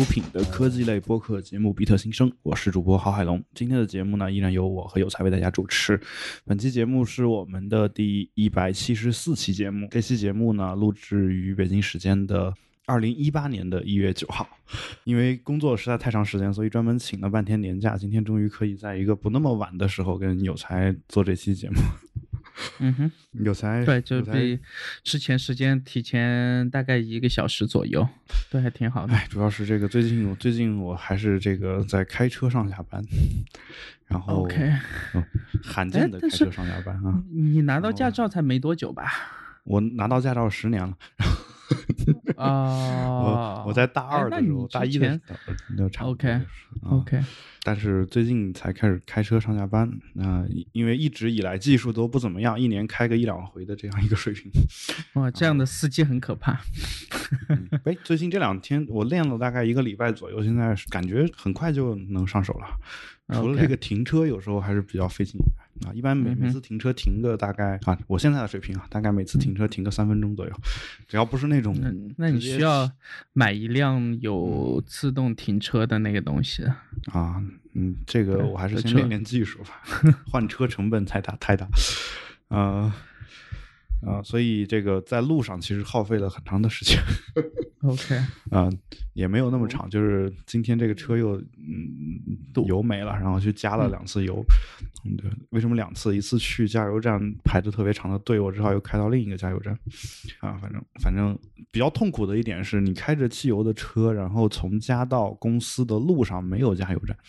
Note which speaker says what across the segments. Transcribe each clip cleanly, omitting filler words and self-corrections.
Speaker 1: 品的科技类播客节目《比特新生》，我是主播郝海龙。今天的节目呢，依然由我和有才为大家主持。本期节目是我们的第174期节目。这期节目呢，录制于北京时间的2018年的1月9号。因为工作实在太长时间，所以专门请了半天年假。今天终于可以在一个不那么晚的时候跟有才做这期节目。
Speaker 2: 嗯哼，
Speaker 1: 有才
Speaker 2: 对，就比之前时间提前大概1个小时左右，对，还挺好的。
Speaker 1: 主要是这个最近我还是这个在开车上下班，然后
Speaker 2: OK，
Speaker 1: 罕见的开车上下班啊。
Speaker 2: 你拿到驾照才没多久吧？
Speaker 1: 我拿到驾照10年了。我在大2的时候，大1的时候差不多。
Speaker 2: OK，
Speaker 1: 但是最近才开始开车上下班。因为一直以来技术都不怎么样，一年开个1-2回的这样一个水平。
Speaker 2: 哇，这样的司机很可怕。
Speaker 1: 最近这2天我练了大概1个礼拜左右，现在感觉很快就能上手了。除了这个停车有时候还是比较费劲啊，一般每次停车停个大概我现在的水平大概每次停车停个3分钟左右，只要不是那种
Speaker 2: 那你需要买一辆有自动停车的那个东西
Speaker 1: 啊。这个我还是先练练技术吧，换车成本太大所以这个在路上其实耗费了很长的时间。
Speaker 2: OK，
Speaker 1: 也没有那么长，就是今天这个车又油没了，然后去加了2次油。对，为什么2次？一次去加油站排着特别长的队，我只好又开到另一个加油站。反正比较痛苦的一点是你开着汽油的车，然后从家到公司的路上没有加油站。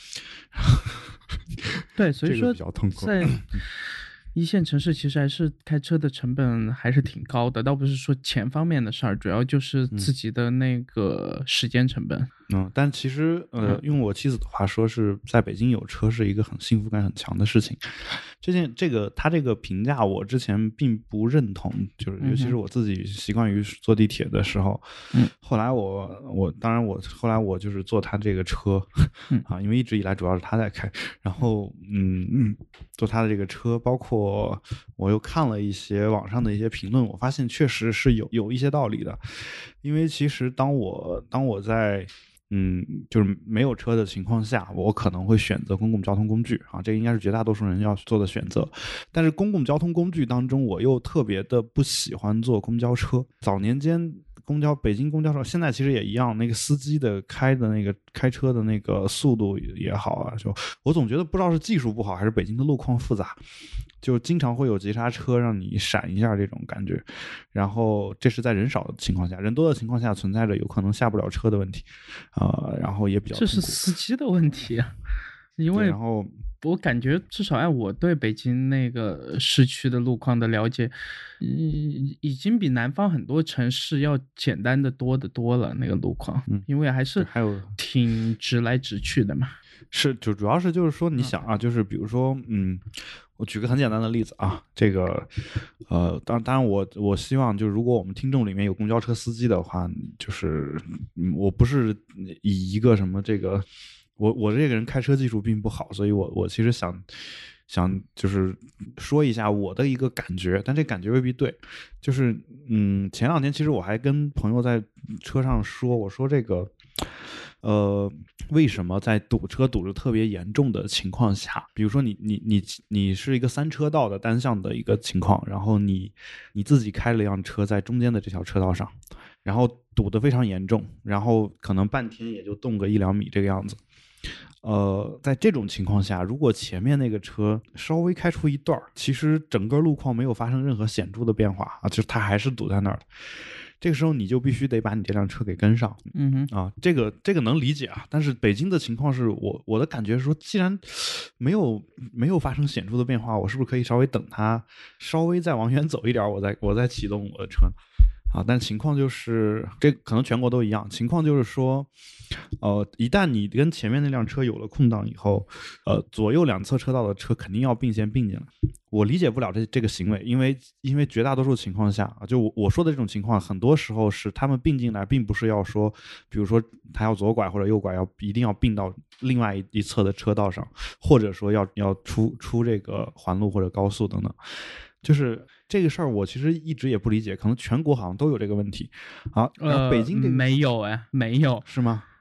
Speaker 2: 对，所以说
Speaker 1: 比较痛苦。
Speaker 2: 在一线城市其实还是开车的成本还是挺高的，倒不是说钱方面的事儿，主要就是自己的那个时间成本。
Speaker 1: 但其实用我妻子的话说，是在北京有车是一个很幸福感很强的事情。他这个评价我之前并不认同，就是尤其是我自己习惯于坐地铁的时候。后来后来我就是坐他这个车因为一直以来主要是他在开，然后坐他的这个车，包括我又看了一些网上的一些评论，我发现确实是有一些道理的。因为其实当我在就是没有车的情况下，我可能会选择公共交通工具这应该是绝大多数人要做的选择。但是公共交通工具当中，我又特别的不喜欢坐公交车。早年间北京公交车现在其实也一样，那个司机的开车的那个速度也好就我总觉得不知道是技术不好还是北京的路况复杂，就经常会有急刹车让你闪一下这种感觉。然后这是在人少的情况下，人多的情况下存在着有可能下不了车的问题然后也比较痛苦。
Speaker 2: 这是司机的问题因为
Speaker 1: 然后
Speaker 2: 我感觉至少按我对北京那个市区的路况的了解，已经比南方很多城市要简单的多了那个路况。因为还是挺直来直去的嘛。
Speaker 1: 是，就主要是就是说你想就是比如说我举个很简单的例子这个当然我希望就是如果我们听众里面有公交车司机的话，就是我不是以一个什么这个我这个人开车技术并不好，所以我其实想就是说一下我的一个感觉，但这感觉未必对。就是前2天其实我还跟朋友在车上说，我说这个为什么在堵车堵得特别严重的情况下，比如说你是一个3车道的单向的一个情况，然后你自己开了辆车在中间的这条车道上，然后堵得非常严重，然后可能半天也就动个1-2米这个样子。在这种情况下，如果前面那个车稍微开出一段，其实整个路况没有发生任何显著的变化就是它还是堵在那儿的。这个时候你就必须得把你这辆车给跟上。这个能理解但是北京的情况是我的感觉是说，既然没有发生显著的变化，我是不是可以稍微等它稍微再往远走一点，我再启动我的车但情况就是这可能全国都一样，情况就是说一旦你跟前面那辆车有了空档以后左右2侧车道的车肯定要并线并进来。我理解不了这个行为，因为绝大多数情况下就我说的这种情况，很多时候是他们并进来并不是要说比如说他要左拐或者右拐一定要并到另外一侧的车道上，或者说要出这个环路或者高速等等。就是这个事儿我其实一直也不理解，可能全国好像都有这个问题北京这个
Speaker 2: 没有没有
Speaker 1: 是吗？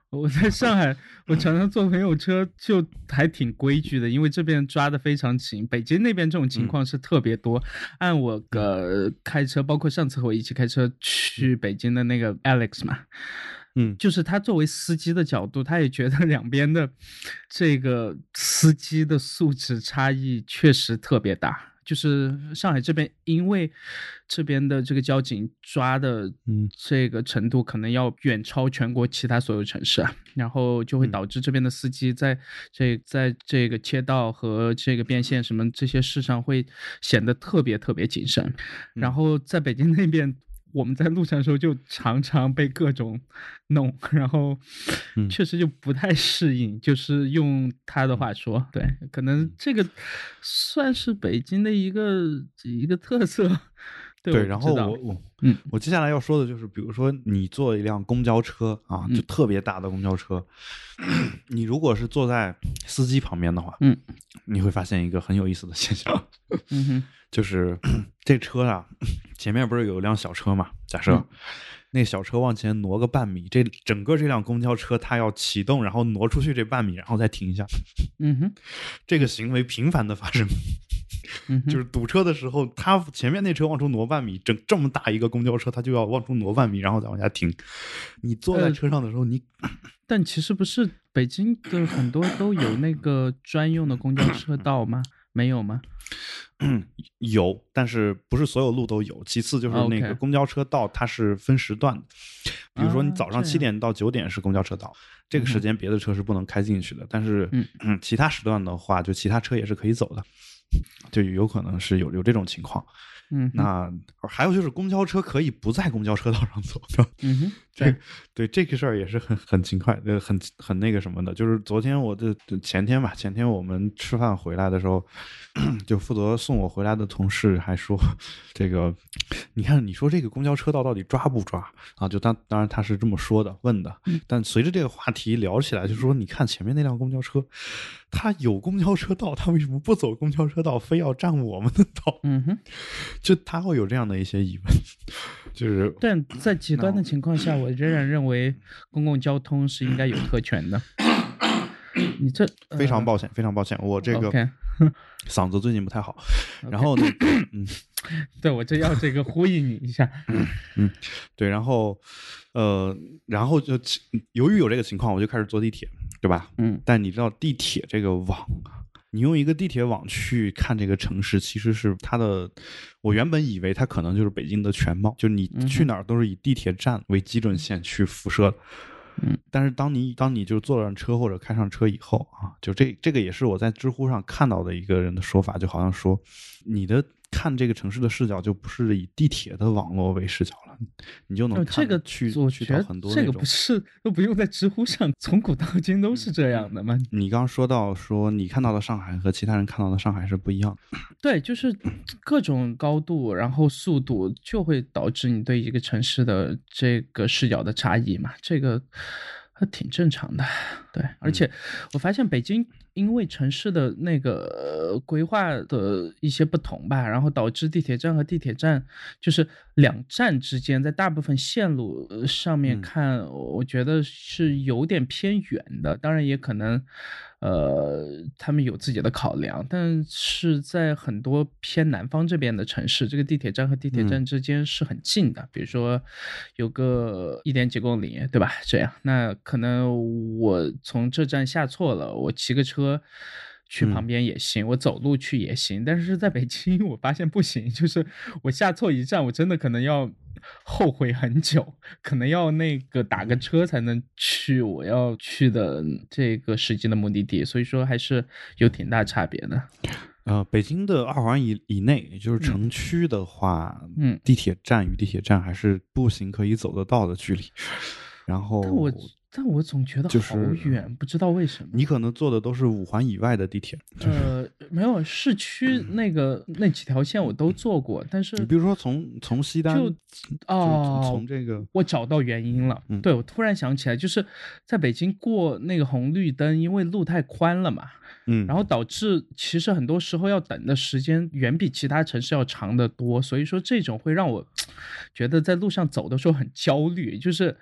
Speaker 2: 我在上海，我常常坐朋友车就还挺规矩的，因为这边抓的非常紧。北京那边这种情况是特别多。按我开车，包括上次和我一起开车去北京的那个 Alex 嘛，就是他作为司机的角度，他也觉得两边的这个司机的素质差异确实特别大。就是上海这边，因为这边的这个交警抓的这个程度可能要远超全国其他所有城市啊，然后就会导致这边的司机在这个切道和这个变线什么这些事上会显得特别特别谨慎。然后在北京那边，我们在路上的时候就常常被各种弄，然后确实就不太适应。就是用他的话说，对，可能这个算是北京的一个特色。
Speaker 1: 对，然后我接下来要说的就是，比如说你坐一辆公交车啊，就特别大的公交车，你如果是坐在司机旁边的话，你会发现一个很有意思的现象，就是这车啊，前面不是有一辆小车嘛？假设那小车往前挪个半米，整个这辆公交车它要启动，然后挪出去这半米，然后再停下。这个行为频繁的发生。就是堵车的时候，他前面那车往出挪半米，这么大一个公交车，他就要往出挪半米，然后再往下停。你坐在车上的时候，
Speaker 2: 但其实不是北京的很多都有那个专用的公交车道吗？没有吗？
Speaker 1: 有，但是不是所有路都有。其次就是那个公交车道它是分时段的，比如说你早上7点到9点是公交车道，这个时间别的车是不能开进去的。但是其他时段的话，就其他车也是可以走的，就有可能是有这种情况。那还有就是公交车可以不在公交车道上走，对这个事儿也是很勤快，很那个什么的。就是昨天前天我们吃饭回来的时候，就负责送我回来的同事还说，这个你看你说这个公交车道到底抓不抓啊？就当然他是这么说的问的，但随着这个话题聊起来，就说你看前面那辆公交车，他有公交车道，他为什么不走公交车道，非要占我们的道？就他会有这样的一些疑问，就是
Speaker 2: 但在极端的情况下，我仍然认为公共交通是应该有特权的。你这
Speaker 1: 非常抱歉，非常抱歉，我这个嗓子最近不太好。然后那个
Speaker 2: 对，我这要这个呼应你一下。
Speaker 1: 对，然后就由于有这个情况，我就开始坐地铁，对吧？但你知道地铁这个网，你用一个地铁网去看这个城市，其实是它的，我原本以为它可能就是北京的全貌，就你去哪儿都是以地铁站为基准线去辐射的。但是当你就坐上车或者开上车以后啊，就这个也是我在知乎上看到的一个人的说法，就好像说你的看这个城市的视角就不是以地铁的网络为视角了，你就能看去到很多那种。
Speaker 2: 这个不是都不用在知乎上，从古到今都是这样的吗？
Speaker 1: 你刚刚说到说你看到的上海和其他人看到的上海是不一样的。
Speaker 2: 对，就是各种高度，然后速度就会导致你对一个城市的这个视角的差异嘛，这个还挺正常的。对，而且我发现北京因为城市的那个规划的一些不同吧，然后导致地铁站和地铁站就是两站之间，在大部分线路上面看，我觉得是有点偏远的。当然也可能他们有自己的考量，但是在很多偏南方这边的城市，这个地铁站和地铁站之间是很近的，比如说有个1点几公里，对吧？这样，那可能我从这站下错了，我骑个车去旁边也行，我走路去也行。但是在北京我发现不行，就是我下错一站，我真的可能要后悔很久，可能要那个打个车才能去我要去的这个实际的目的地，所以说还是有挺大差别的。
Speaker 1: 北京的2环以内，也就是城区的话，地铁站与地铁站还是步行可以走得到的距离。然后
Speaker 2: 但我总觉得好远，不知道为什么。
Speaker 1: 你可能坐的都是5环以外的地铁。
Speaker 2: 没有，市区那几条线我都坐过，但是
Speaker 1: 你比如说从西单就从这个，
Speaker 2: 我找到原因了。对，我突然想起来，就是在北京过那个红绿灯，因为路太宽了嘛，然后导致其实很多时候要等的时间远比其他城市要长得多，所以说这种会让我觉得在路上走的时候很焦虑，就是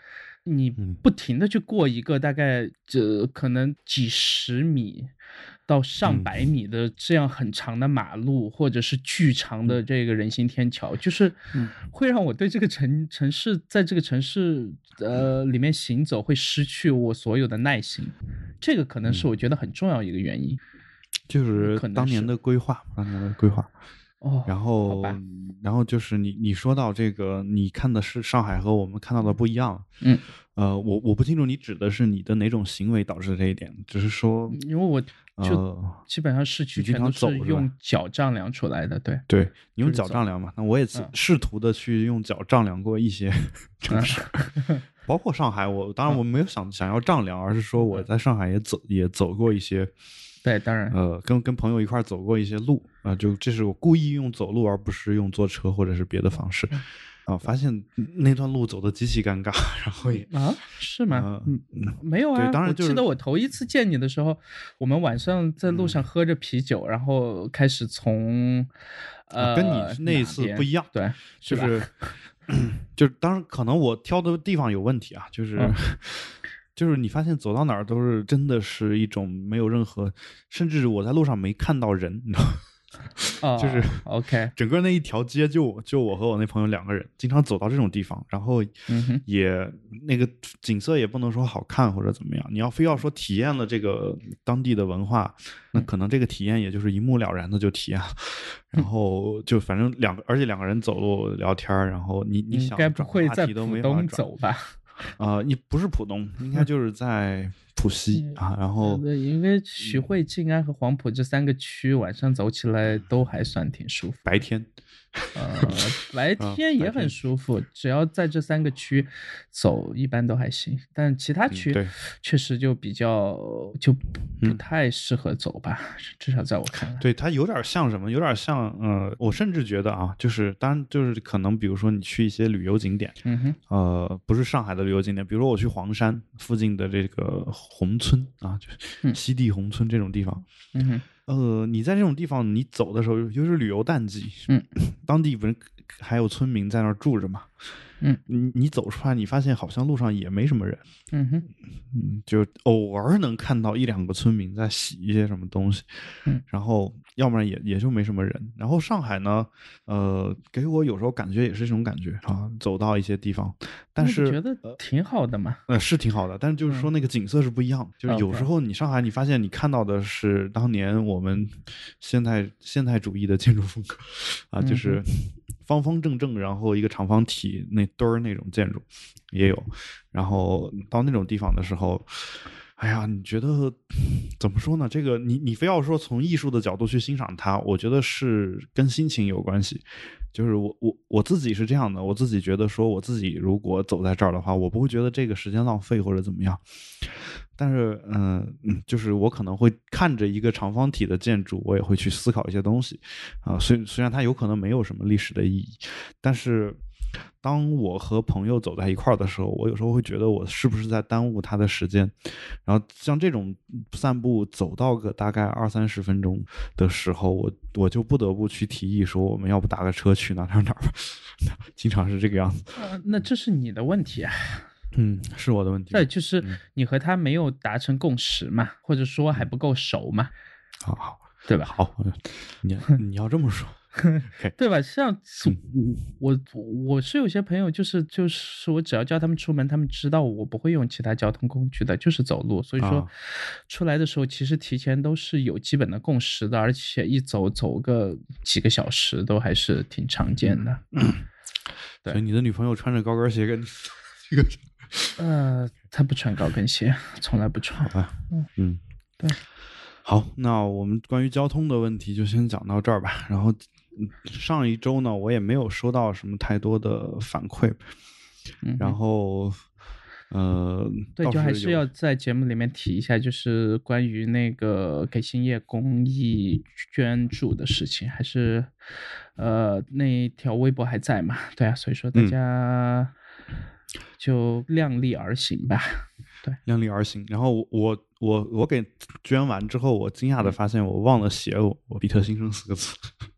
Speaker 2: 你不停的去过一个大概可能几十米到上百米的这样很长的马路，或者是巨长的这个人行天桥，就是会让我对这个城市在这个城市里面行走会失去我所有的耐心，这个可能是我觉得很重要一个原因，
Speaker 1: 就是当年的规划。
Speaker 2: 哦，
Speaker 1: 然后就是你说到这个，你看的是上海和我们看到的不一样。我不清楚你指的是你的哪种行为导致这一点，只是说，
Speaker 2: 因为我就基本上市区全都是用脚丈量出来的，对，
Speaker 1: 你用脚丈量嘛？那我也试图的去用脚丈量过一些城市，包括上海。当然我没有想要丈量，而是说我在上海也走过一些。
Speaker 2: 对，当然，
Speaker 1: 跟朋友一块走过一些路就这是我故意用走路而不是用坐车或者是别的方式发现那段路走得极其尴尬，然后也
Speaker 2: 是吗？没有啊，
Speaker 1: 对，当然
Speaker 2: 我记得我头一次见你的时候，我们晚上在路上喝着啤酒，然后开始从
Speaker 1: 跟你那一次不一样，
Speaker 2: 对，
Speaker 1: 就是当然可能我挑的地方有问题啊，就是你发现走到哪儿都是真的是一种没有任何，甚至我在路上没看到人，你知道吗？就是
Speaker 2: OK，
Speaker 1: 整个那一条街就我和我那朋友2个人，经常走到这种地方，然后也那个景色也不能说好看或者怎么样，你要非要说体验了这个当地的文化，那可能这个体验也就是一目了然的就体验了，然后就反正而且2个人走路聊天，然后你想
Speaker 2: 应该不会在浦东走吧？
Speaker 1: 你不是浦东，应该就是在浦西然后
Speaker 2: 因为徐汇、静安和黄埔这3个区晚上走起来都还算挺舒服。
Speaker 1: 白天
Speaker 2: 白天也很舒服，只要在这3个区走一般都还行，但其他区确实就比较就不太适合走吧，至少在我看来。
Speaker 1: 对，它有点像什么？有点像我甚至觉得就是当然就是可能比如说你去一些旅游景点，不是上海的旅游景点，比如说我去黄山附近的这个宏村就是西递宏村这种地方，你在这种地方你走的时候，尤其是旅游淡季，当地不是还有村民在那儿住着嘛，你走出来，你发现好像路上也没什么人，就偶尔能看到1-2个村民在洗一些什么东西，然后要不然也就没什么人。然后上海呢，给我有时候感觉也是这种感觉走到一些地方，但是
Speaker 2: 觉得挺好的嘛，
Speaker 1: 是挺好的，但是就是说那个景色是不一样的，就是有时候你上海你发现你看到的是当年我们现代主义的建筑风格就是方方正正，然后一个长方体那堆儿那种建筑也有，然后到那种地方的时候，哎呀，你觉得怎么说呢？这个你非要说从艺术的角度去欣赏它，我觉得是跟心情有关系。就是我自己是这样的，我自己觉得说我自己如果走在这儿的话，我不会觉得这个时间浪费或者怎么样。但是就是我可能会看着一个长方体的建筑，我也会去思考一些东西虽然它有可能没有什么历史的意义，但是当我和朋友走在一块儿的时候，我有时候会觉得我是不是在耽误他的时间。然后像这种散步走到个大概20-30分钟的时候，我就不得不去提议说，我们要不打个车去哪吧经常是这个样子
Speaker 2: 那这是你的问题啊。
Speaker 1: 是我的问题。
Speaker 2: 对，就是你和他没有达成共识嘛，或者说还不够熟嘛。
Speaker 1: 好，
Speaker 2: 对吧？
Speaker 1: 好，你要这么说
Speaker 2: 对吧？像我是有些朋友，就是我只要叫他们出门，他们知道我不会用其他交通工具的，就是走路。所以说出来的时候，其实提前都是有基本的共识的，而且一走个几个小时都还是挺常见的。对，
Speaker 1: 所以你的女朋友穿着高跟鞋跟这个
Speaker 2: 他不穿高跟鞋，从来不穿。对。
Speaker 1: 好，那我们关于交通的问题就先讲到这儿吧。然后上一周呢，我也没有收到什么太多的反馈，然后
Speaker 2: 对，就还是要在节目里面提一下，就是关于那个给兴业公益捐助的事情，还是那条微博还在嘛？对啊，所以说大家就量力而行吧。对，
Speaker 1: 量力而行。然后我给捐完之后，我惊讶的发现我忘了写我比特新生4个字，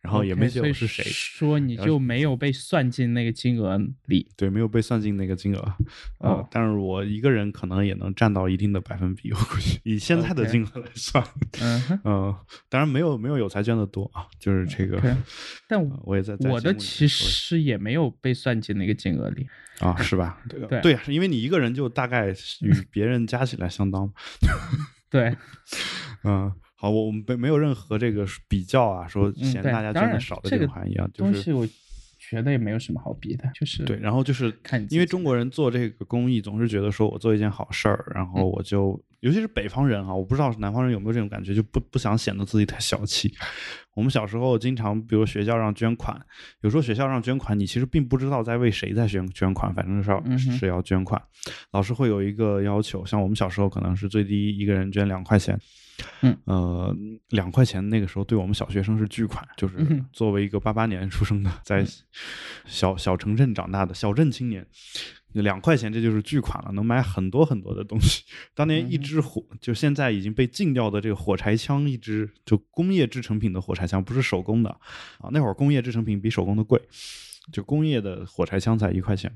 Speaker 1: 然后也没写我是谁，
Speaker 2: 说你就没有被算进那个金额里。
Speaker 1: 对，没有被算进那个金额。但是我一个人可能也能占到一定的百分比，我估计以现在的金额来算。当然没有有才捐的多啊，就是这个。
Speaker 2: 但
Speaker 1: 我也在
Speaker 2: 我的其实也没有被算进那个金额里
Speaker 1: 啊，是吧？对，是因为你一个人就大概与别人加起来相当。
Speaker 2: 对，
Speaker 1: 好，我们没有任何这个比较啊，说嫌大家捐的少的这种含义啊，就是
Speaker 2: 东西我觉得也没有什么好比的，就是
Speaker 1: 对，然后就是因为中国人做这个公益总是觉得说我做一件好事儿，然后我就尤其是北方人啊，我不知道南方人有没有这种感觉，就不想显得自己太小气。我们小时候经常比如学校让捐款，有时候学校让捐款，你其实并不知道在为谁在捐款，反正是要捐款。老师会有一个要求，像我们小时候可能是最低一个人捐2块钱。2块钱那个时候对我们小学生是巨款，就是作为一个88年出生的，在小城镇长大的小镇青年，2块钱这就是巨款了，能买很多很多的东西。当年一支就现在已经被禁掉的这个火柴枪，一支就工业制成品的火柴枪，不是手工的啊。那会儿工业制成品比手工的贵，就工业的火柴枪才1块钱。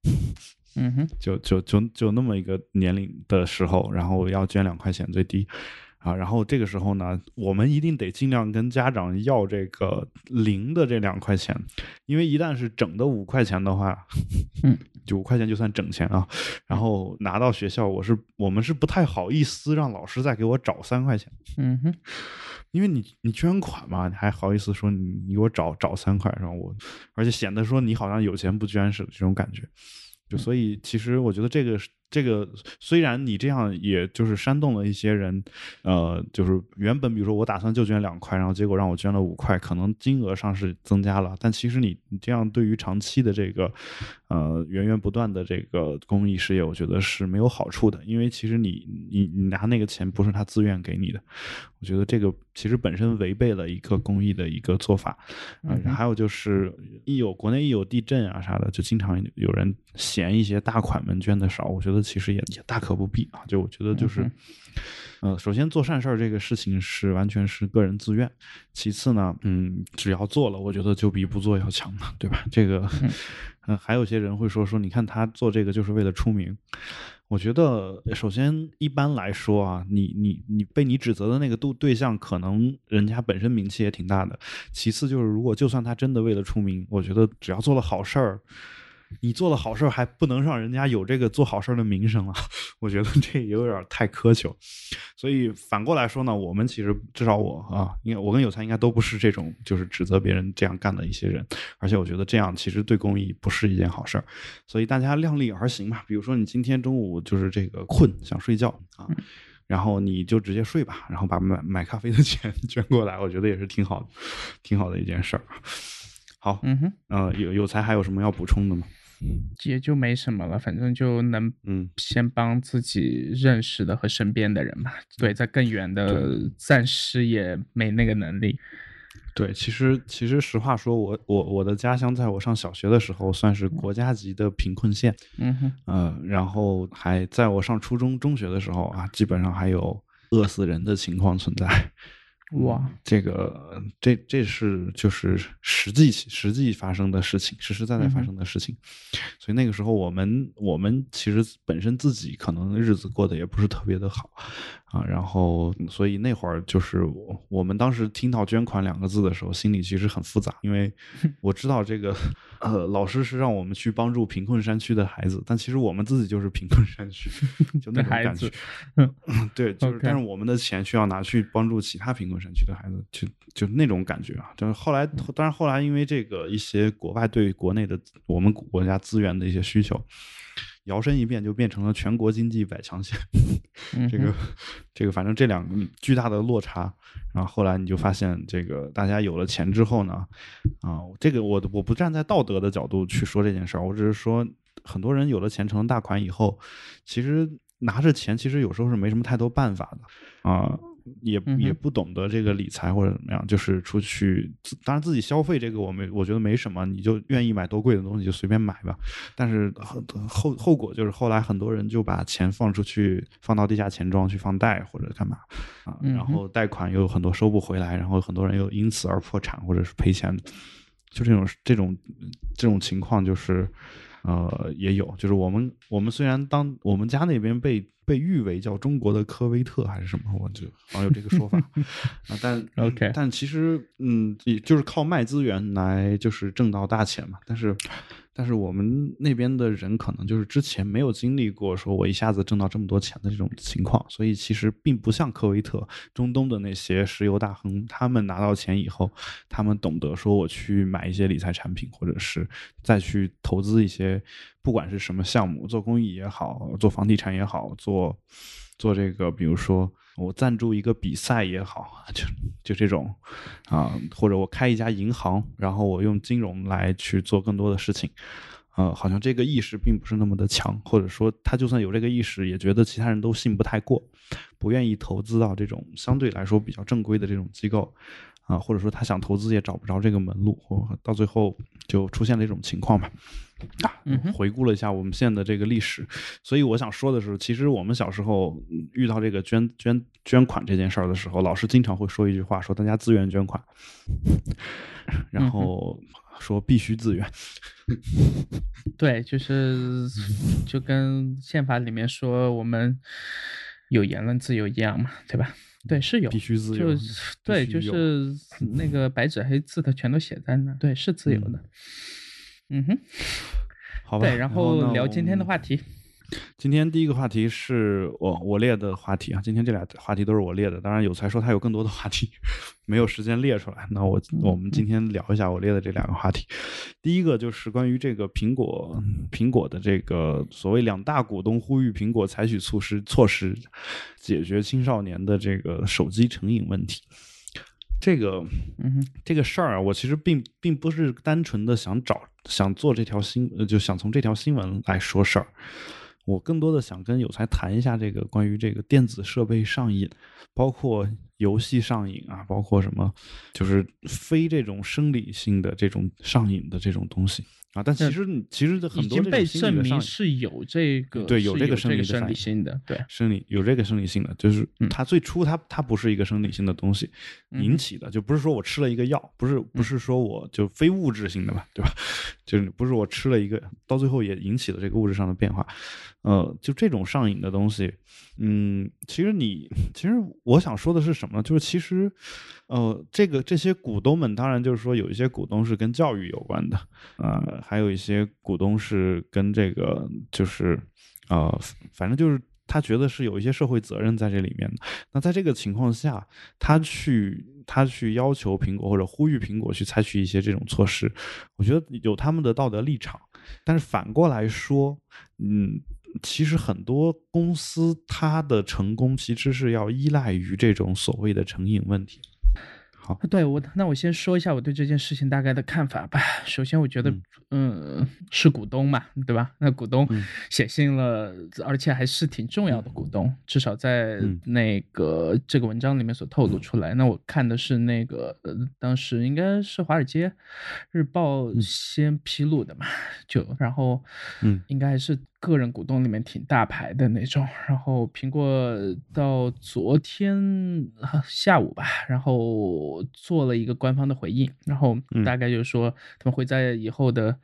Speaker 1: 就那么一个年龄的时候，然后要捐2块钱最低。然后这个时候呢，我们一定得尽量跟家长要这个零的这2块钱，因为一旦是整的5块钱的话，就5块钱就算整钱啊。然后拿到学校，我们是不太好意思让老师再给我找3块钱。因为你捐款嘛，你还好意思说你给我找3块，然后而且显得说你好像有钱不捐似的这种感觉。就所以其实我觉得这个虽然你这样也就是煽动了一些人，就是原本比如说我打算就捐2块，然后结果让我捐了5块，可能金额上是增加了，但其实你这样对于长期的这个源源不断的这个公益事业，我觉得是没有好处的，因为其实你拿那个钱不是他自愿给你的，我觉得这个其实本身违背了一个公益的一个做法。还有就是国内一有地震啊啥的，就经常有人嫌一些大款们捐的少，我觉得其实也大可不必啊。就我觉得就是首先做善事儿这个事情是完全是个人自愿，其次呢只要做了，我觉得就比不做要强嘛，对吧？这个还有些人会说你看他做这个就是为了出名。我觉得首先一般来说啊，你被你指责的那个对象可能人家本身名气也挺大的，其次就是就算他真的为了出名，我觉得只要做了好事儿，你做了好事还不能让人家有这个做好事的名声啊，我觉得这也有点太苛求。所以反过来说呢，我们其实至少我跟有才应该都不是这种就是指责别人这样干的一些人，而且我觉得这样其实对公益不是一件好事儿。所以大家量力而行吧，比如说你今天中午就是这个困想睡觉啊，然后你就直接睡吧，然后把买咖啡的钱捐过来，我觉得也是挺好的一件事儿。好，有才还有什么要补充的吗？
Speaker 2: 也就没什么了，反正就能先帮自己认识的和身边的人吧。对，在更远的暂时也没那个能力。
Speaker 1: 对，其实实话说，我的家乡在我上小学的时候算是国家级的贫困县，然后还在我上初中中学的时候啊，基本上还有饿死人的情况存在。
Speaker 2: 哇，
Speaker 1: 这是就是实际发生的事情，实实在在发生的事情。所以那个时候我们其实本身自己可能日子过得也不是特别的好啊，然后所以那会儿就是我们当时听到捐款2个字的时候，心里其实很复杂，因为我知道这个老师是让我们去帮助贫困山区的孩子，但其实我们自己就是贫困山区，就那种感觉。对，就是但是我们的钱需要拿去帮助其他贫困山区的孩子，就那种感觉啊。就是当然后来因为这个一些国外对国内的我们国家资源的一些需求，摇身一变就变成了全国经济100强县。这个反正这2个巨大的落差，然后后来你就发现这个大家有了钱之后呢，这个我不站在道德的角度去说这件事儿，我只是说很多人有了钱成了大款以后，其实拿着钱其实有时候是没什么太多办法的也不懂得这个理财或者怎么样，就是出去，当然自己消费这个我觉得没什么，你就愿意买多贵的东西就随便买吧。但是后果就是后来很多人就把钱放出去，放到地下钱庄去放贷或者干嘛啊，然后贷款又有很多收不回来，然后很多人又因此而破产或者是赔钱，就这种情况就是也有，就是我们虽然我们家那边被誉为叫中国的科威特还是什么，我就好像有这个说法啊，但其实也就是靠卖资源来就是挣到大钱嘛，但是我们那边的人可能就是之前没有经历过说我一下子挣到这么多钱的这种情况，所以其实并不像科威特、中东的那些石油大亨，他们拿到钱以后，他们懂得说我去买一些理财产品，或者是再去投资一些不管是什么项目，做公益也好，做房地产也好，做这个比如说我赞助一个比赛也好，就这种或者我开一家银行，然后我用金融来去做更多的事情，好像这个意识并不是那么的强，或者说他就算有这个意识，也觉得其他人都信不太过，不愿意投资到这种相对来说比较正规的这种机构或者说他想投资也找不着这个门路，到最后就出现了这种情况吧。回顾了一下我们现在的这个历史，所以我想说的是，其实我们小时候遇到这个捐款这件事儿的时候，老师经常会说一句话，说大家自愿捐款，然后说必须自愿。
Speaker 2: 对，就跟宪法里面说我们有言论自由一样嘛，对吧？对，是有，
Speaker 1: 必须自由，
Speaker 2: 对，就是那个白纸黑字的全都写在那，对，是自由的。
Speaker 1: 好吧。
Speaker 2: 对，然后聊今天的话题。
Speaker 1: 今天第一个话题是我列的话题啊，今天这俩话题都是我列的，当然有才说他有更多的话题没有时间列出来，那我们今天聊一下我列的这两个话题。第一个就是关于这个苹果的这个所谓两大股东呼吁苹果采取措施解决青少年的这个手机成瘾问题。这个事儿啊，我其实并不是单纯的想做这条就想从这条新闻来说事儿，我更多的想跟有才谈一下这个关于这个电子设备上瘾，包括游戏上瘾啊，包括什么就是非这种生理性的这种上瘾的这种东西啊。但其实很多
Speaker 2: 已经被证明是有这个
Speaker 1: 对有这个生
Speaker 2: 理性的，对
Speaker 1: 有这个生理性的，就是它最初它不是一个生理性的东西引起的，就不是说我吃了一个药，不是说我就非物质性的吧，对吧？就是不是我吃了一个，到最后也引起了这个物质上的变化。就这种上瘾的东西，其实我想说的是什么呢？就是其实这些股东们，当然就是说有一些股东是跟教育有关的，还有一些股东是跟这个就是反正就是他觉得是有一些社会责任在这里面的。那在这个情况下，他去要求苹果或者呼吁苹果去采取一些这种措施，我觉得有他们的道德立场。但是反过来说，其实很多公司它的成功其实是要依赖于这种所谓的成瘾问题。好，
Speaker 2: 对那我先说一下我对这件事情大概的看法吧。首先，我觉得，是股东嘛，对吧？那股东写信了，而且还是挺重要的股东，至少在那个这个文章里面所透露出来。那我看的是那个当时应该是《华尔街日报》先披露的嘛，然后应该还是个人股东里面挺大牌的那种。然后苹果到昨天下午吧，然后做了一个官方的回应，然后大概就是说他们会在以后的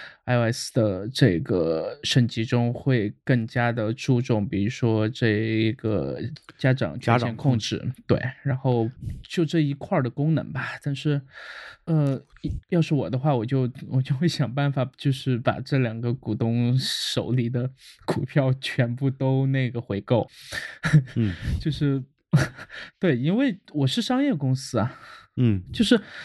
Speaker 2: iOS 的这个升级中会更加的注重，比如说这个家长权限控制，对，然后就这一块的功能吧。但是要是我的话，我就会想办法，就是把这两个股东手里的股票全部都那个回购，就是对，因为我是商业公司啊，就是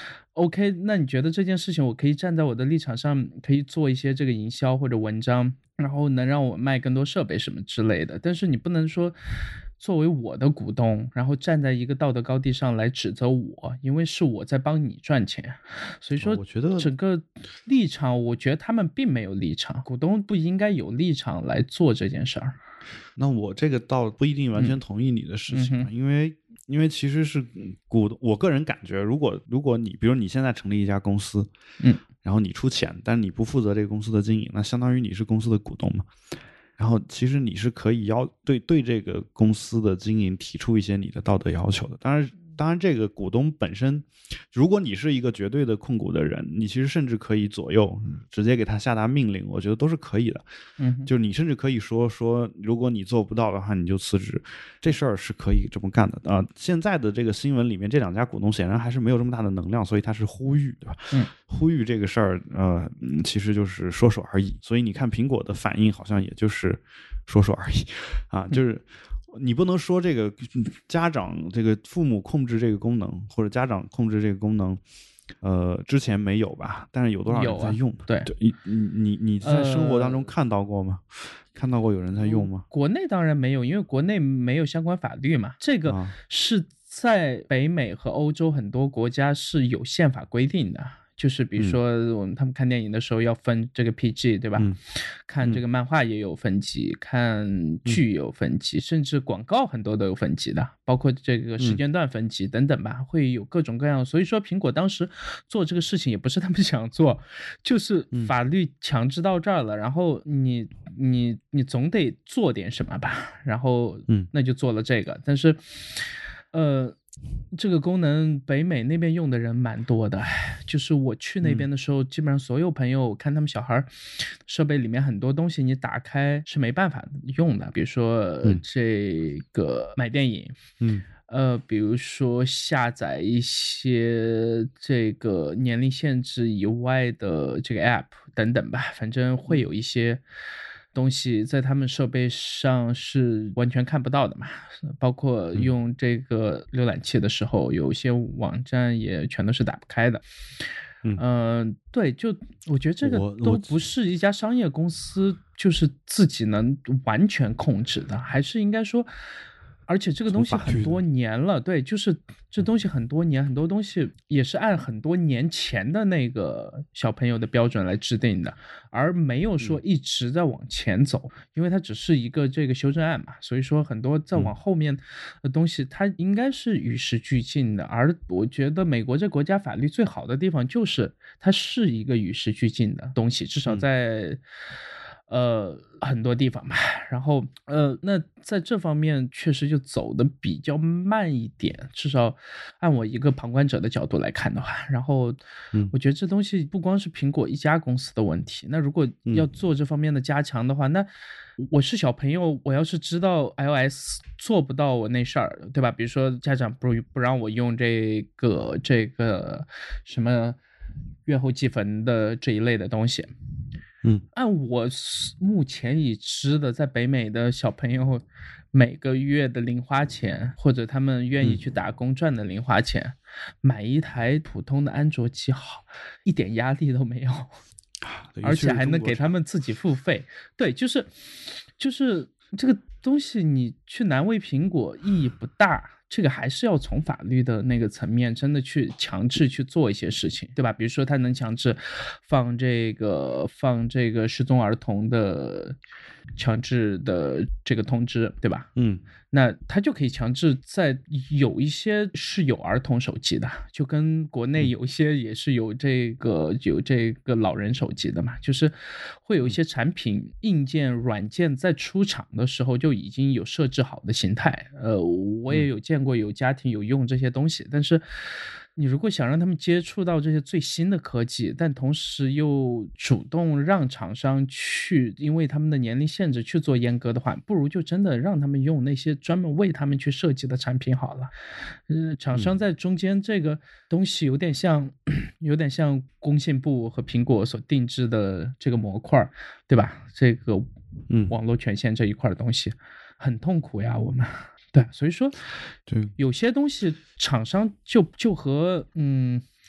Speaker 2: OK， 那你觉得这件事情我可以站在我的立场上，可以做一些这个营销或者文章，然后能让我卖更多设备什么之类的，但是你不能说作为我的股东，然后站在一个道德高地上来指责我，因为是我在帮你赚钱。所以说，
Speaker 1: 我觉得
Speaker 2: 整个立场，我觉得他们并没有立场，股东不应该有立场来做这件事儿。
Speaker 1: 那我这个倒不一定完全同意你的事情，因为因为其实是股东，我个人感觉，如果你比如你现在成立一家公司，然后你出钱，但你不负责这个公司的经营，那相当于你是公司的股东嘛。然后其实你是可以对这个公司的经营提出一些你的道德要求的。当然这个股东本身，如果你是一个绝对的控股的人，你其实甚至可以左右，直接给他下达命令，我觉得都是可以的。就是你甚至可以说，如果你做不到的话，你就辞职，这事儿是可以这么干的啊。现在的这个新闻里面，这两家股东显然还是没有这么大的能量，所以他是呼吁，对吧？呼吁这个事儿，其实就是说说而已。所以你看苹果的反应好像也就是说说而已啊，就是。你不能说这个家长这个父母控制这个功能，或者家长控制这个功能，之前没有吧？但是有多少人在用？
Speaker 2: 对，
Speaker 1: 你在生活当中看到过吗？看到过有人在用吗？
Speaker 2: 国内当然没有，因为国内没有相关法律嘛。这个是在北美和欧洲很多国家是有宪法规定的。就是比如说他们看电影的时候要分这个 PG 对吧？看这个漫画也有分级，看剧也有分级，甚至广告很多都有分级的，包括这个时间段分级等等吧，会有各种各样。所以说苹果当时做这个事情也不是他们想做，就是法律强制到这儿了，然后你总得做点什么吧，然后那就做了这个。但是这个功能北美那边用的人蛮多的，就是我去那边的时候，基本上所有朋友看他们小孩设备里面很多东西你打开是没办法用的，比如说这个买电影，比如说下载一些这个年龄限制以外的这个 app 等等吧，反正会有一些东西在他们设备上是完全看不到的嘛，包括用这个浏览器的时候，有一些网站也全都是打不开的。对，就我觉得这个都不是一家商业公司就是自己能完全控制的，还是应该说，而且这个东西很多年了，对，就是这东西很多年，很多东西也是按很多年前的那个小朋友的标准来制定的，而没有说一直在往前走，因为它只是一个这个修正案嘛，所以说很多再往后面的东西，它应该是与时俱进的。而我觉得美国这国家法律最好的地方就是它是一个与时俱进的东西，至少在很多地方吧，然后那在这方面确实就走的比较慢一点，至少按我一个旁观者的角度来看的话，然后我觉得这东西不光是苹果一家公司的问题，那如果要做这方面的加强的话，那我是小朋友，我要是知道 iOS 做不到我那事儿，对吧？比如说家长不让我用这个什么月后积分的这一类的东西，按我目前已知的，在北美的小朋友每个月的零花钱，或者他们愿意去打工赚的零花钱，买一台普通的安卓机好，一点压力都没有，而且还能给他们自己付费。对，就是这个东西你去难为苹果意义不大，这个还是要从法律的那个层面真的去强制去做一些事情，对吧？比如说他能强制放这个失踪儿童的强制的这个通知，对吧？那他就可以强制在有一些是有儿童手机的，就跟国内有一些也是有这个老人手机的嘛，就是会有一些产品硬件软件在出厂的时候就已经有设置好的形态。我也有见过有家庭有用这些东西，但是你如果想让他们接触到这些最新的科技，但同时又主动让厂商去因为他们的年龄限制去做阉割的话，不如就真的让他们用那些专门为他们去设计的产品好了。厂商在中间这个东西有点像工信部和苹果所定制的这个模块，对吧？这个网络权限这一块的东西很痛苦呀，我们。对，所以说，有些东西厂商就和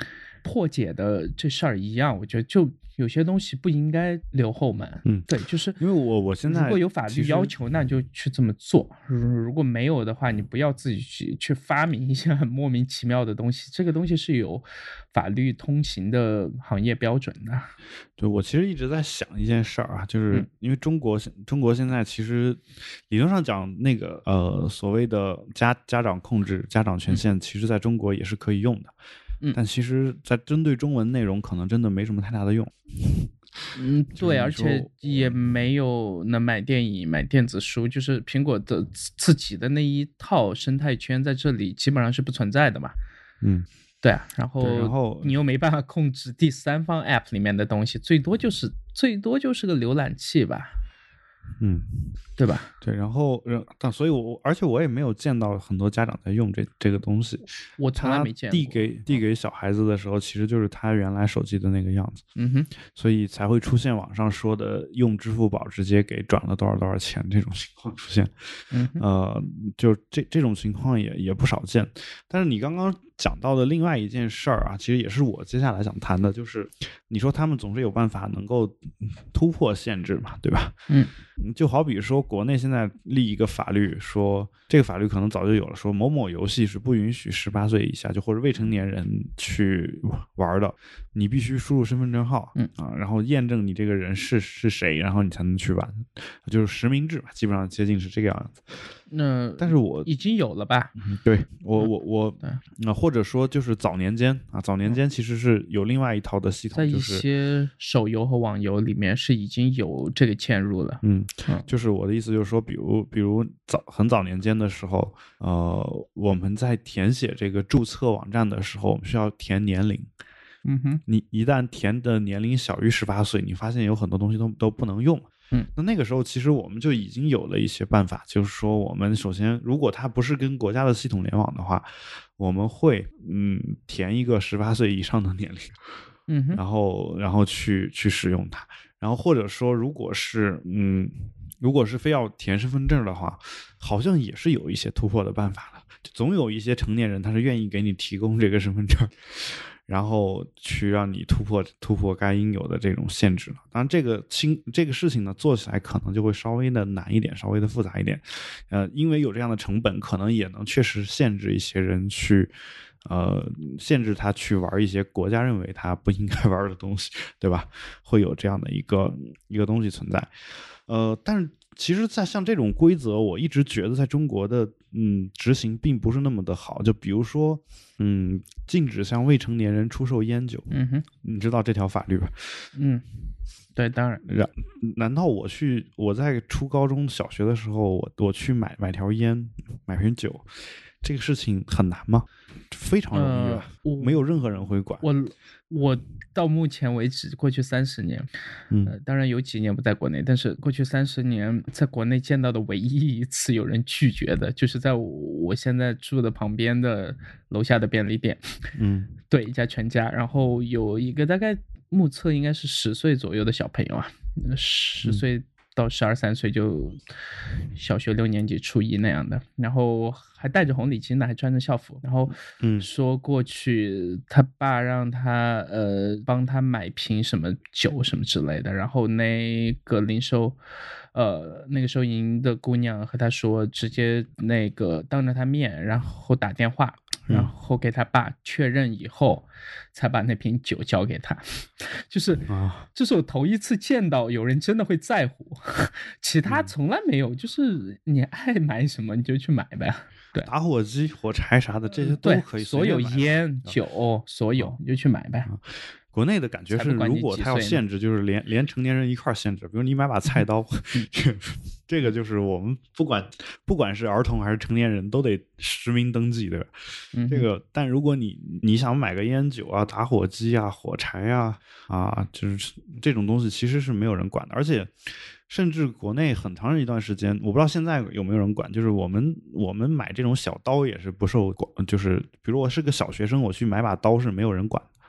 Speaker 2: 破解的这事儿一样，我觉得就有些东西不应该留后门。对，就是
Speaker 1: 因为我现在
Speaker 2: 如果有法律要求，那就去这么做；如果没有的话，你不要自己去发明一些很莫名其妙的东西。这个东西是有法律通行的行业标准的。
Speaker 1: 对，我其实一直在想一件事儿啊，就是因为中国现在其实理论上讲，那个所谓的家长控制、家长权限，其实在中国也是可以用的。但其实在针对中文内容可能真的没什么太大的用。
Speaker 2: 对，而且也没有能买电影、买电子书，就是苹果的自己的那一套生态圈在这里基本上是不存在的嘛。对啊，然后你又没办法控制第三方 App 里面的东西，最多就是个浏览器吧。对吧？
Speaker 1: 对，然后所以而且我也没有见到很多家长在用这个东西。
Speaker 2: 我从来没见过。
Speaker 1: 递给小孩子的时候，其实就是他原来手机的那个样子。所以才会出现网上说的用支付宝直接给转了多少钱这种情况出现。就这种情况也不少见。但是你刚刚讲到的另外一件事儿啊，其实也是我接下来想谈的，就是你说他们总是有办法能够突破限制嘛，对吧？就好比说国内现在立一个法律，说这个法律可能早就有了，说某某游戏是不允许18岁以下就或者未成年人去玩的，你必须输入身份证号然后验证你这个人是谁，然后你才能去玩，就是实名制吧，基本上接近是这个样子。但是我
Speaker 2: 已经有了吧？
Speaker 1: 对，我或者说就是早年间其实是有另外一套的系统，
Speaker 2: 在一些手游和网游里面是已经有这个嵌入了。
Speaker 1: 就是我的意思就是说，比如很早年间的时候，我们在填写这个注册网站的时候，我们需要填年龄。你一旦填的年龄小于18岁，你发现有很多东西都不能用。那个时候其实我们就已经有了一些办法，就是说我们首先如果它不是跟国家的系统联网的话，我们会填一个18岁以上的年龄，然后去使用它。然后或者说如果是非要填身份证的话，好像也是有一些突破的办法的，总有一些成年人他是愿意给你提供这个身份证，然后去让你突破该应有的这种限制了。当然这个事情呢做起来可能就会稍微的难一点，稍微的复杂一点。因为有这样的成本，可能也能确实限制一些人去限制他去玩一些国家认为他不应该玩的东西，对吧？会有这样的一个东西存在。但是其实在像这种规则，我一直觉得在中国的执行并不是那么的好。就比如说禁止向未成年人出售烟酒。你知道这条法律吧？
Speaker 2: 对，当然。
Speaker 1: 难道我在初高中小学的时候，我去买条烟，买瓶酒，这个事情很难吗？非常容易吧，没有任何人会管。
Speaker 2: 我到目前为止，过去30年，当然有几年不在国内，但是过去30年在国内见到的唯一一次有人拒绝的，就是在我现在住的旁边的楼下的便利店，对，一家全家，然后有一个大概目测应该是10岁左右的小朋友啊，10岁到12、13岁，就小学6年级、初一那样的，然后还戴着红领巾的，还穿着校服，然后说过去他爸让他帮他买瓶什么酒什么之类的，然后那个那个收银的姑娘和他说，直接那个当着他面，然后打电话，然后给他爸确认以后，才把那瓶酒交给他。就是这是我头一次见到有人真的会在乎，其他从来没有，就是你爱买什么你就去买呗。对，
Speaker 1: 打火机、火柴啥的这些都可以，
Speaker 2: 所有烟酒所有你就去买呗。
Speaker 1: 国内的感觉是，如果他要限制，就是连成年人一块限制，比如你买把菜刀，这个就是我们不管是儿童还是成年人都得实名登记，对吧？这个，但如果你想买个烟酒啊、打火机啊、火柴啊就是这种东西，其实是没有人管的，而且甚至国内很长一段时间，我不知道现在有没有人管，就是我们买这种小刀也是不受管，就是比如我是个小学生，我去买把刀是没有人管的。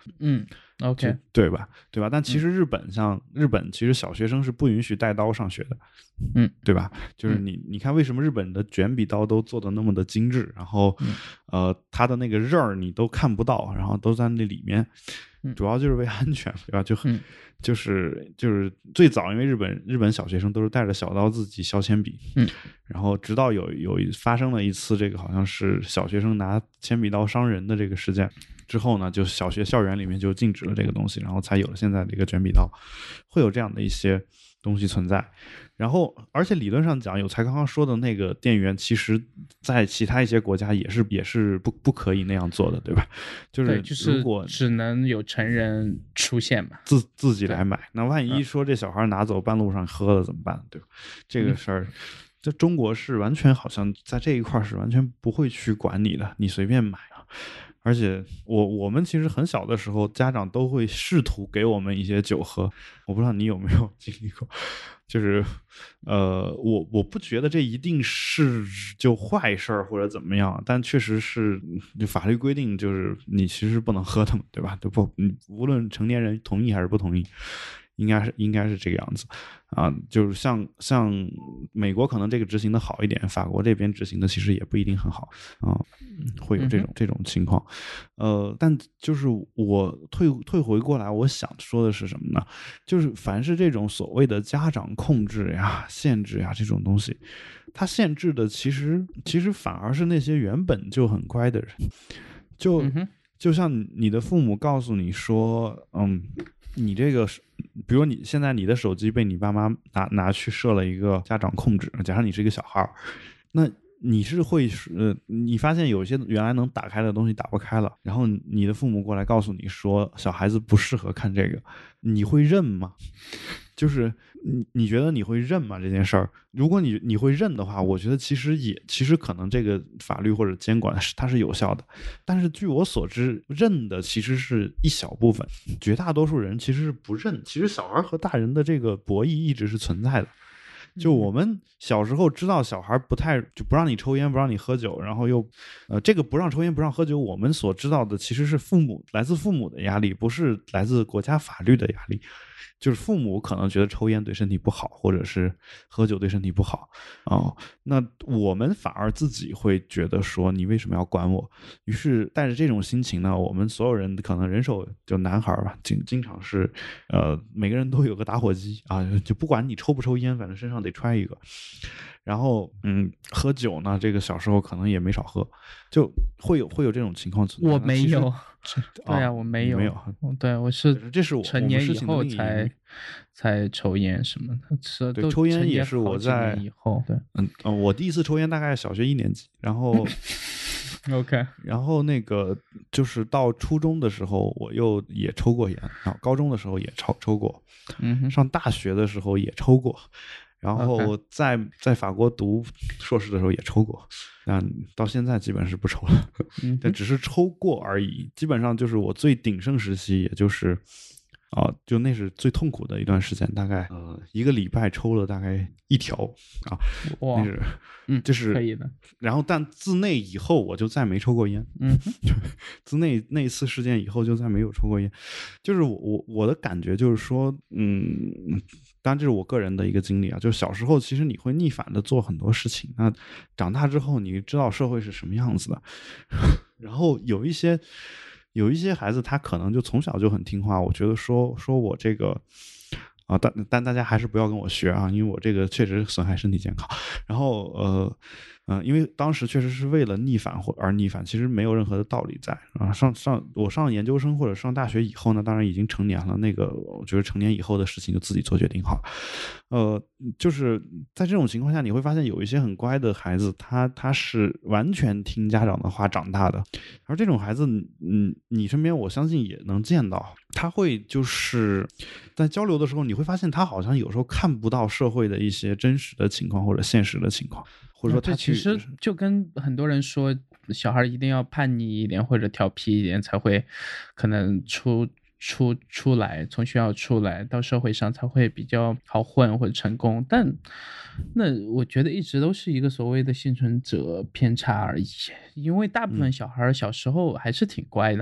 Speaker 2: OK，
Speaker 1: 对吧？但其实日本其实小学生是不允许带刀上学的，对吧？就是你看为什么日本的卷笔刀都做的那么的精致，然后它的那个刃儿你都看不到，然后都在那里面，主要就是为安全，对吧？就是最早因为日本小学生都是带着小刀自己削铅笔，然后直到有发生了一次这个好像是小学生拿铅笔刀伤人的这个事件之后呢，就小学校园里面就禁止了这个东西，然后才有了现在的一个卷笔刀，会有这样的一些东西存在。然后而且理论上讲，有才刚刚说的那个电源，其实在其他一些国家也是不可以那样做的，对吧？就是如果
Speaker 2: 只能有成人出现嘛，
Speaker 1: 自己来买，那万一说这小孩拿走半路上喝了怎么办，对吧？这个事儿这中国是完全好像在这一块是完全不会去管你的，你随便买啊。而且我们其实很小的时候，家长都会试图给我们一些酒喝，我不知道你有没有经历过，就是我不觉得这一定是就坏事儿或者怎么样，但确实是就法律规定就是你其实不能喝的嘛，对吧？无论成年人同意还是不同意，应该是这个样子啊。就是像美国可能这个执行的好一点，法国这边执行的其实也不一定很好啊，会有这种情况。但就是我退回过来，我想说的是什么呢？就是凡是这种所谓的家长控制呀、限制呀这种东西，它限制的其实反而是那些原本就很乖的人，就像你的父母告诉你说，你这个，比如你现在你的手机被你爸妈拿去设了一个家长控制，假设你是一个小孩，那你是会你发现有些原来能打开的东西打不开了，然后你的父母过来告诉你说小孩子不适合看这个，你会认吗？就是你觉得你会认吗？这件事儿，如果你会认的话，我觉得其实可能这个法律或者监管它是有效的，但是据我所知，认的其实是一小部分，绝大多数人其实是不认。其实小孩和大人的这个博弈一直是存在的。就我们小时候知道小孩就不让你抽烟，不让你喝酒，然后又这个不让抽烟不让喝酒，我们所知道的其实是来自父母的压力，不是来自国家法律的压力。就是父母可能觉得抽烟对身体不好，或者是喝酒对身体不好那我们反而自己会觉得说你为什么要管我？于是带着这种心情呢，我们所有人可能人手就男孩吧，经常是每个人都有个打火机啊，就不管你抽不抽烟，反正身上得揣一个。然后喝酒呢，这个小时候可能也没少喝，就会有这种情况存在。
Speaker 2: 我没有。对啊，我没有。对，我是
Speaker 1: 这是我
Speaker 2: 成年以后才抽烟什么的。
Speaker 1: 对，抽烟也是我在
Speaker 2: 以后。对，
Speaker 1: 我第一次抽烟大概小学1年级，然后
Speaker 2: OK，
Speaker 1: 然后那个就是到初中的时候我也抽过烟，然后高中的时候也抽过，上大学的时候也抽过。然后在法国读硕士的时候也抽过，但到现在基本是不抽了，但只是抽过而已。基本上就是我最鼎盛时期，也就是就那是最痛苦的一段时间，大概1个礼拜抽了大概1条啊，
Speaker 2: 哇，
Speaker 1: 这是
Speaker 2: 可以的。
Speaker 1: 然后但自那以后我就再没抽过烟，自那一次事件以后就再没有抽过烟。就是我的感觉就是说，当然这是我个人的一个经历啊，就是小时候其实你会逆反的做很多事情，那长大之后你知道社会是什么样子的，然后有一些孩子他可能就从小就很听话，我觉得说我这个但大家还是不要跟我学啊，因为我这个确实损害身体健康。然后因为当时确实是为了逆反而逆反，其实没有任何的道理在啊。我上研究生或者上大学以后呢，当然已经成年了，那个我觉得成年以后的事情就自己做决定好。就是在这种情况下，你会发现有一些很乖的孩子，他是完全听家长的话长大的，而这种孩子，你身边我相信也能见到，他会就是在交流的时候，你会发现他好像有时候看不到社会的一些真实的情况或者现实的情况。或者说他
Speaker 2: 其实就跟很多人说小孩一定要叛逆一点或者调皮一点才会可能出来，从学校出来到社会上才会比较好混或者成功，但那我觉得一直都是一个所谓的幸存者偏差而已，因为大部分小孩小时候还是挺乖的，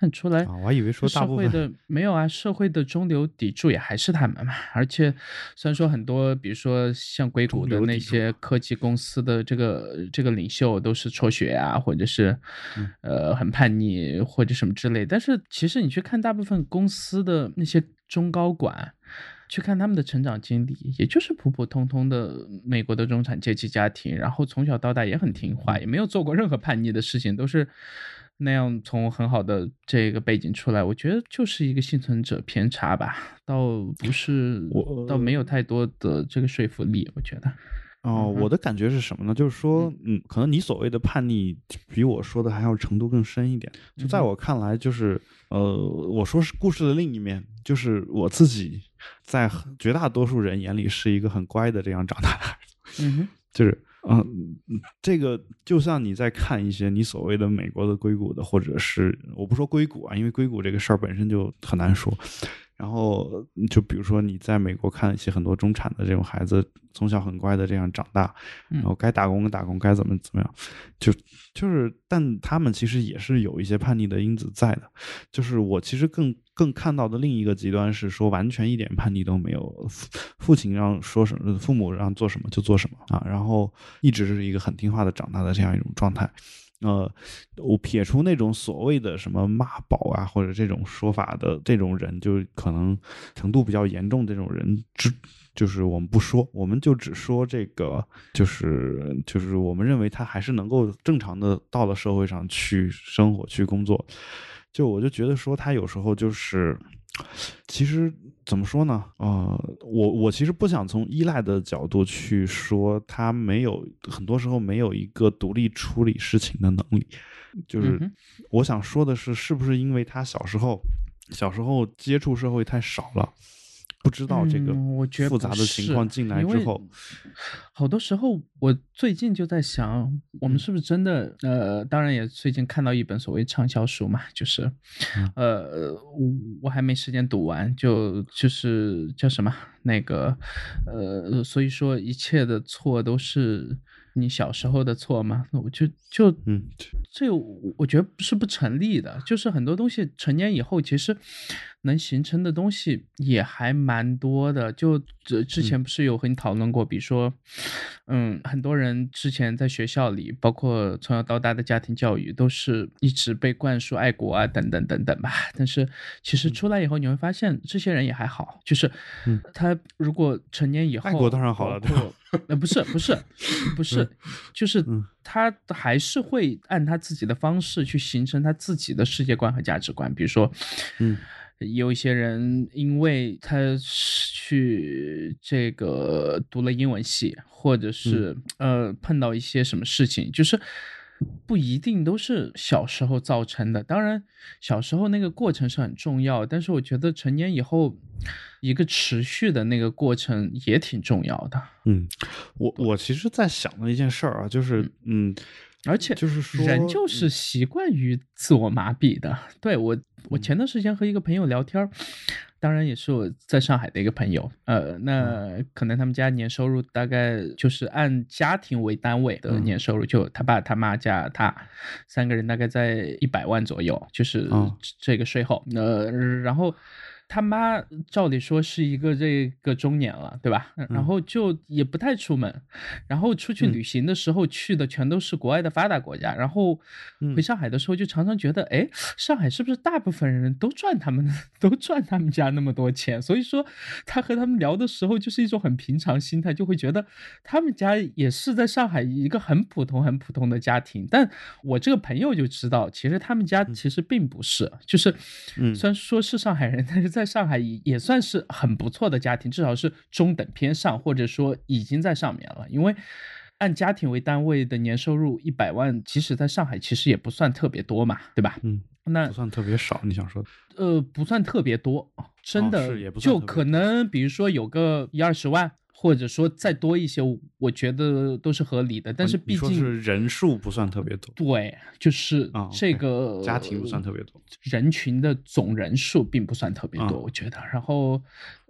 Speaker 2: 看出来
Speaker 1: 我还以为说大部分
Speaker 2: 社会的没有啊，社会的中流砥柱也还是他们嘛。而且虽然说很多，比如说像硅谷的那些科技公司的这个领袖都是辍学啊，或者是很叛逆或者什么之类，但是其实你去看大部分公司的那些中高管，去看他们的成长经历，也就是普普通通的美国的中产阶级家庭，然后从小到大也很听话，也没有做过任何叛逆的事情，都是那样从很好的这个背景出来。我觉得就是一个幸存者偏差吧，倒没有太多的这个说服力，我觉得。
Speaker 1: 我的感觉是什么呢？就是说，可能你所谓的叛逆比我说的还要程度更深一点。就在我看来，就是我说是故事的另一面，就是我自己在绝大多数人眼里是一个很乖的这样长大的孩子。就是这个就像你在看一些你所谓的美国的硅谷的，或者是我不说硅谷啊，因为硅谷这个事儿本身就很难说。然后就比如说你在美国看一些很多中产的这种孩子，从小很乖的这样长大，然后该打工打工，该怎么样，就是但他们其实也是有一些叛逆的因子在的。就是我其实更看到的另一个极端是说完全一点叛逆都没有，父亲让说什么，父母让做什么就做什么啊，然后一直是一个很听话的长大的这样一种状态。我撇除那种所谓的什么妈宝啊或者这种说法的这种人，就可能程度比较严重这种人，就是我们不说，我们就只说这个，就是我们认为他还是能够正常的到了社会上去生活去工作。我就觉得说他有时候就是其实怎么说呢？我其实不想从依赖的角度去说他很多时候没有一个独立处理事情的能力。就是我想说的是不是因为他小时候接触社会太少了，不知道这个复杂的情况进来之后，
Speaker 2: 好多时候我最近就在想，我们是不是真的当然也最近看到一本所谓畅销书嘛，就是我还没时间读完，就是叫什么那个所以说一切的错都是你小时候的错嘛，我这我觉得是不成立的。就是很多东西成年以后其实能形成的东西也还蛮多的。就之前不是有和你讨论过，比如说很多人之前在学校里，包括从小到大的家庭教育，都是一直被灌输爱国啊等等等等吧。但是其实出来以后你会发现这些人也还好，就是他如果成年以后，
Speaker 1: 爱国当然好了，对吧？
Speaker 2: 不是，就是他还是会按他自己的方式去形成他自己的世界观和价值观。比如说有一些人因为他去这个读了英文系，或者是碰到一些什么事情，就是不一定都是小时候造成的。当然小时候那个过程是很重要，但是我觉得成年以后一个持续的那个过程也挺重要的。
Speaker 1: 我其实在想的一件事儿啊，就是
Speaker 2: 而且
Speaker 1: 就是说
Speaker 2: 人就是习惯于自我麻痹的。对，我前段时间和一个朋友聊天，当然也是我在上海的一个朋友，那可能他们家年收入大概就是按家庭为单位的年收入，就他爸他妈加他3个人大概在100万左右，就是这个税后。然后他妈照理说是一个这个中年了，对吧？然后就也不太出门，然后出去旅行的时候去的全都是国外的发达国家，然后回上海的时候就常常觉得，哎，上海是不是大部分人都赚他们家那么多钱？所以说他和他们聊的时候就是一种很平常心态，就会觉得他们家也是在上海一个很普通的家庭。但我这个朋友就知道，其实他们家其实并不是，就是虽然说是上海人，但是在上海也算是很不错的家庭，至少是中等偏上，或者说已经在上面了。因为按家庭为单位的年收入100万，即使在上海其实也不算特别多嘛，对吧？那
Speaker 1: 不算特别少，你想说的？
Speaker 2: 不算特别多，真的就可能比如说有个10-20万，或者说再多一些，我觉得都是合理的。但是毕竟
Speaker 1: 你说是人数不算特别多，
Speaker 2: 对，就是这个
Speaker 1: 家庭不算特别多，
Speaker 2: 人群的总人数并不算特别多，我觉得。然后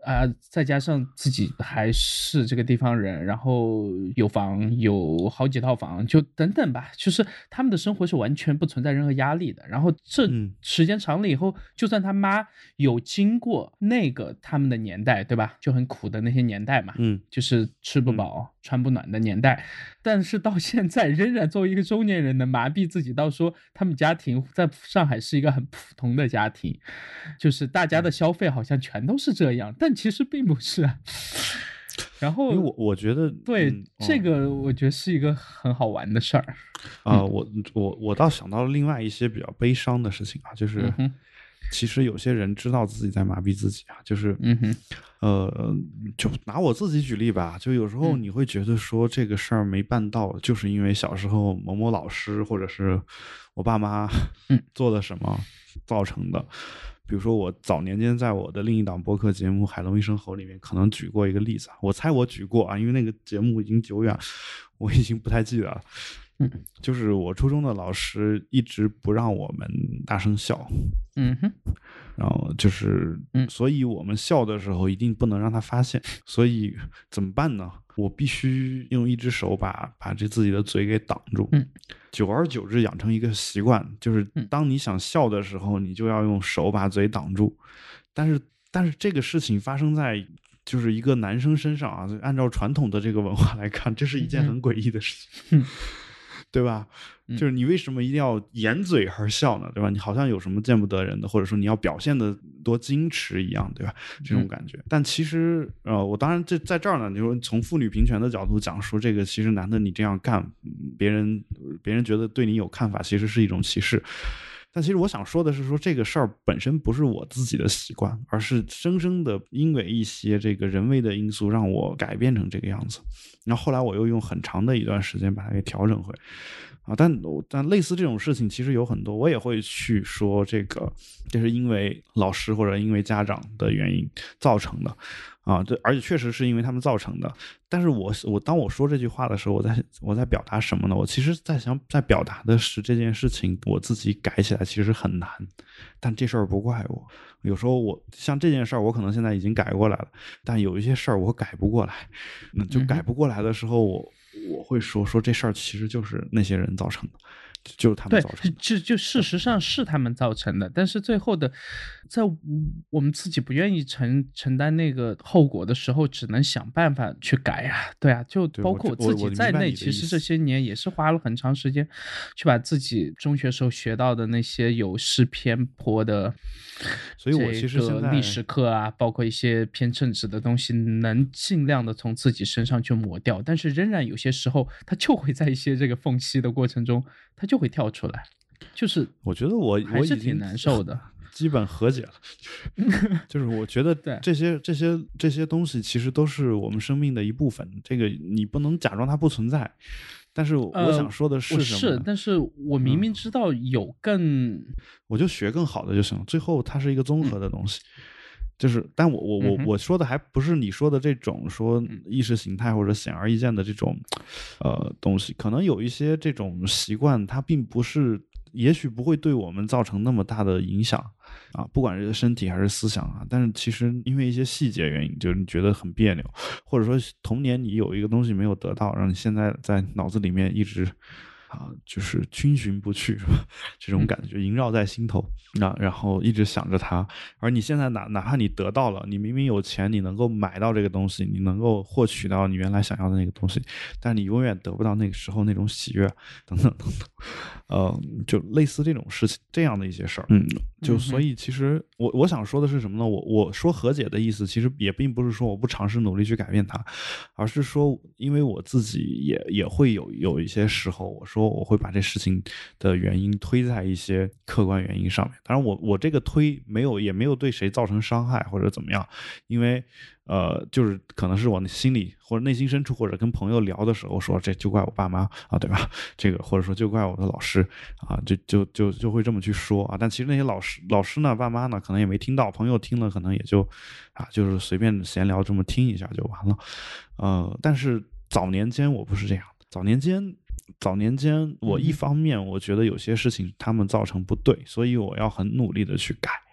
Speaker 2: 再加上自己还是这个地方人，然后有房有好几套房，就等等吧，就是他们的生活是完全不存在任何压力的。然后这时间长了以后，就算他妈有经过那个他们的年代，对吧？就很苦的那些年代嘛，就是吃不饱穿不暖的年代，但是到现在仍然作为一个中年人能麻痹自己到说他们家庭在上海是一个很普通的家庭，就是大家的消费好像全都是这样，但其实并不是啊。然后
Speaker 1: 因为我觉得
Speaker 2: 对、这个我觉得是一个很好玩的事儿
Speaker 1: 我倒想到了另外一些比较悲伤的事情啊，就是其实有些人知道自己在麻痹自己啊，就是就拿我自己举例吧，就有时候你会觉得说这个事儿没办到，就是因为小时候某某老师或者是我爸妈做了什么造成的。比如说我早年间在我的另一档播客节目《海龙一声吼》里面可能举过一个例子，我猜我举过啊，因为那个节目已经久远，我已经不太记得了。就是我初中的老师一直不让我们大声笑，然后就是所以我们笑的时候一定不能让他发现，所以怎么办呢？我必须用一只手把这自己的嘴给挡住。久而久之养成一个习惯，就是当你想笑的时候，你就要用手把嘴挡住。但是这个事情发生在就是一个男生身上啊，按照传统的这个文化来看，这是一件很诡异的事情。对吧？就是你为什么一定要掩嘴而笑呢？对吧？你好像有什么见不得人的，或者说你要表现的多矜持一样，对吧？这种感觉。但其实我当然在这儿呢，你说从妇女平权的角度讲说，这个其实男的你这样干，别人觉得对你有看法，其实是一种歧视。但其实我想说的是说，这个事儿本身不是我自己的习惯，而是生生的因为一些这个人为的因素让我改变成这个样子。然后后来我又用很长的一段时间把它给调整回啊，但类似这种事情其实有很多，我也会去说这是因为老师或者因为家长的原因造成的啊，而且确实是因为他们造成的。但是当我说这句话的时候，我在表达什么呢？我其实在表达的是这件事情我自己改起来其实很难，但这事儿不怪我。有时候像这件事儿，我可能现在已经改过来了，但有一些事儿我改不过来，那就改不过来的时候，我会说这事儿其实就是那些人造成的。就是他们造成的，
Speaker 2: 就事实上是他们造成的，但是最后的，在我们自己不愿意承担那个后果的时候，只能想办法去改啊，对啊，就包括我自己在内，其实这些年也是花了很长时间，去把自己中学时候学到的那些有失偏颇的，
Speaker 1: 所以我其实现在
Speaker 2: 历史课啊，包括一些偏政治的东西，能尽量的从自己身上去抹掉，但是仍然有些时候，它就会在一些这个缝隙的过程中，它就会跳出来，就是
Speaker 1: 我觉得我
Speaker 2: 还是挺难受的，
Speaker 1: 基本和解了。就是我觉得这些东西其实都是我们生命的一部分，这个你不能假装它不存在。但是我想说的是什么呢？
Speaker 2: 但是我明明知道有
Speaker 1: 我就学更好的就行了。最后它是一个综合的东西。但我说的还不是你说的这种说意识形态或者显而易见的这种东西，可能有一些这种习惯，它并不是，也许不会对我们造成那么大的影响啊，不管是身体还是思想啊，但是其实因为一些细节原因，就是你觉得很别扭，或者说童年你有一个东西没有得到，让你现在在脑子里面一直就是逡巡不去，是吧？这种感觉萦绕在心头，然后一直想着它。而你现在哪怕你得到了，你明明有钱，你能够买到这个东西，你能够获取到你原来想要的那个东西，但你永远得不到那个时候那种喜悦，等等等等。就类似这种事情，这样的一些事儿。就所以其实我想说的是什么呢？我说和解的意思，其实也并不是说我不尝试努力去改变它，而是说因为我自己也会有一些时候，我说我会把这事情的原因推在一些客观原因上面。当然我这个推也没有对谁造成伤害或者怎么样，因为就是可能是我心里或者内心深处或者跟朋友聊的时候说，这就怪我爸妈啊，对吧？这个或者说就怪我的老师啊，就会这么去说啊。但其实那些老师呢，爸妈呢，可能也没听到，朋友听了可能也就是随便闲聊这么听一下就完了。但是早年间我不是这样的，早年间我一方面我觉得有些事情他们造成不对，所以我要很努力的去改。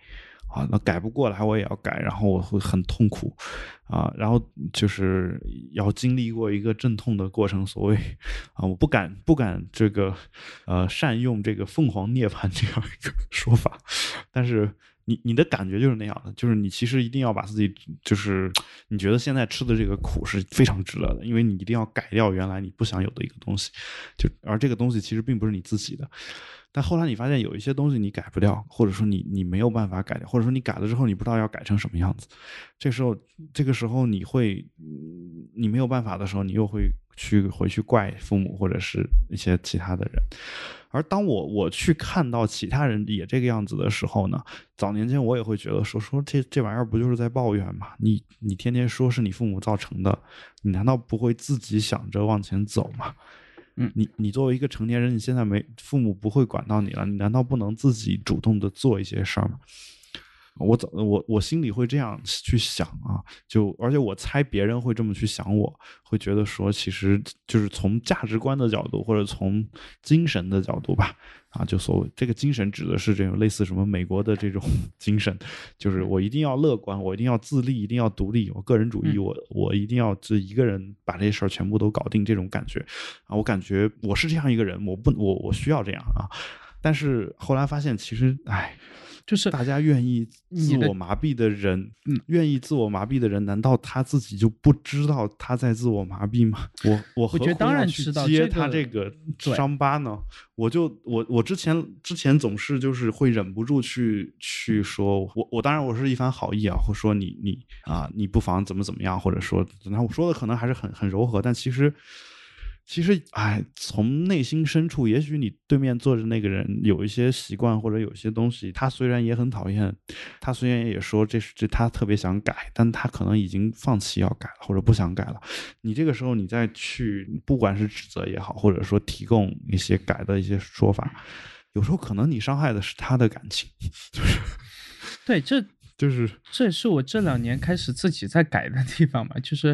Speaker 1: 啊，那改不过来我也要改，然后我会很痛苦啊，然后就是要经历过一个阵痛的过程。所谓啊，我不敢这个善用这个凤凰涅槃这样一个说法，但是你的感觉就是那样的，就是你其实一定要把自己，就是你觉得现在吃的这个苦是非常值得的，因为你一定要改掉原来你不想有的一个东西，而这个东西其实并不是你自己的。但后来你发现有一些东西你改不掉，或者说你没有办法改掉，或者说你改了之后你不知道要改成什么样子，这个时候你没有办法的时候，你又会回去怪父母或者是一些其他的人。而当我去看到其他人也这个样子的时候呢，早年间我也会觉得说这玩意儿不就是在抱怨吗？你天天说是你父母造成的，你难道不会自己想着往前走吗？你作为一个成年人，你现在父母不会管到你了，你难道不能自己主动的做一些事儿吗？我心里会这样去想啊，而且我猜别人会这么去想，我会觉得说，其实就是从价值观的角度或者从精神的角度吧，啊，就所谓这个精神指的是这种类似什么美国的这种精神，就是我一定要乐观，我一定要自立，一定要独立，我个人主义，我一定要这一个人把这些事儿全部都搞定，这种感觉啊，我感觉我是这样一个人，我需要这样啊，但是后来发现其实就是大家愿意自我麻痹的人，难道他自己就不知道他在自我麻痹吗？我何苦要去接他这个伤疤呢？我之前总是就是会忍不住去说，我当然我是一番好意啊，或说你不妨怎么样，或者说，那我说的可能还是很柔和，但其实从内心深处，也许你对面坐着那个人有一些习惯或者有些东西，他虽然也很讨厌，他虽然也说这他特别想改，但他可能已经放弃要改了或者不想改了。你这个时候你再去，不管是指责也好，或者说提供一些改的一些说法，有时候可能你伤害的是他的感情，就是
Speaker 2: 对，这也是我这2年开始自己在改的地方嘛，就是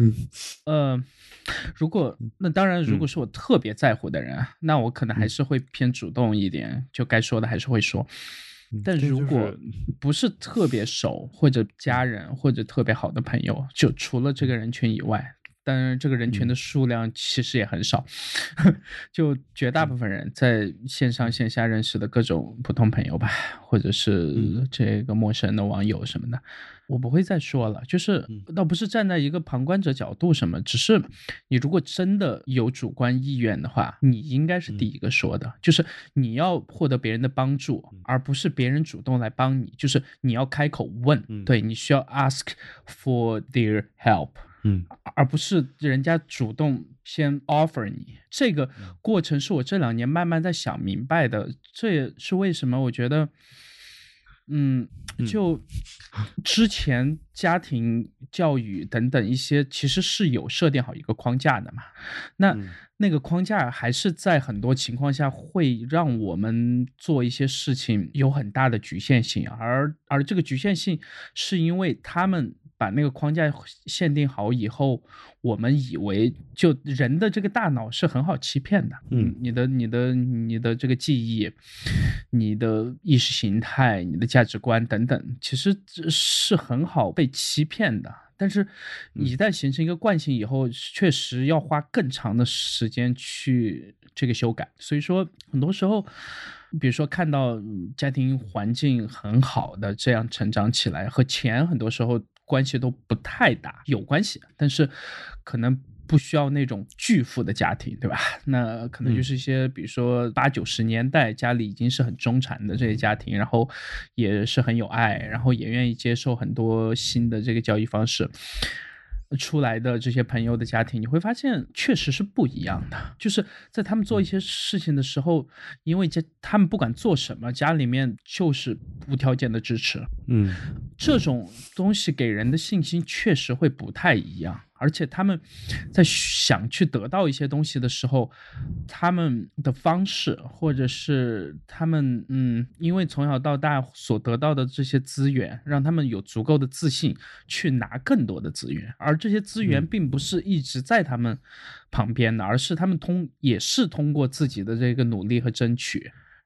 Speaker 2: 那当然如果是我特别在乎的人，那我可能还是会偏主动一点，就该说的还是会说。但如果不是特别熟或者家人或者特别好的朋友，就除了这个人群以外，当然这个人群的数量其实也很少，就绝大部分人在线上线下认识的各种普通朋友吧，或者是这个陌生的网友什么的，我不会再说了。就是倒不是站在一个旁观者角度什么，只是你如果真的有主观意愿的话，你应该是第一个说的，就是你要获得别人的帮助，而不是别人主动来帮你，就是你要开口问，对，你需要 ask for their help，而不是人家主动先 offer 你。这个过程是我这2年慢慢在想明白的，这也是为什么我觉得就之前家庭教育等等一些其实是有设定好一个框架的嘛，那个框架还是在很多情况下会让我们做一些事情有很大的局限性，而这个局限性是因为他们把那个框架限定好以后，我们以为就人的这个大脑是很好欺骗的，你的这个记忆，你的意识形态，你的价值观等等，其实是很好被欺骗的。但是一旦形成一个惯性以后，确实要花更长的时间去这个修改。所以说很多时候比如说看到家庭环境很好的这样成长起来，和钱很多时候关系都不太大，有关系，但是可能不需要那种巨富的家庭，对吧？那可能就是一些比如说80、90年代家里已经是很中产的这些家庭，然后也是很有爱，然后也愿意接受很多新的这个教育方式出来的这些朋友的家庭，你会发现确实是不一样的。就是在他们做一些事情的时候，因为他们不管做什么，家里面就是无条件的支持。这种东西给人的信心确实会不太一样。而且他们在想去得到一些东西的时候，他们的方式或者是他们因为从小到大所得到的这些资源，让他们有足够的自信去拿更多的资源，而这些资源并不是一直在他们旁边的，而是他们也是通过自己的这个努力和争取，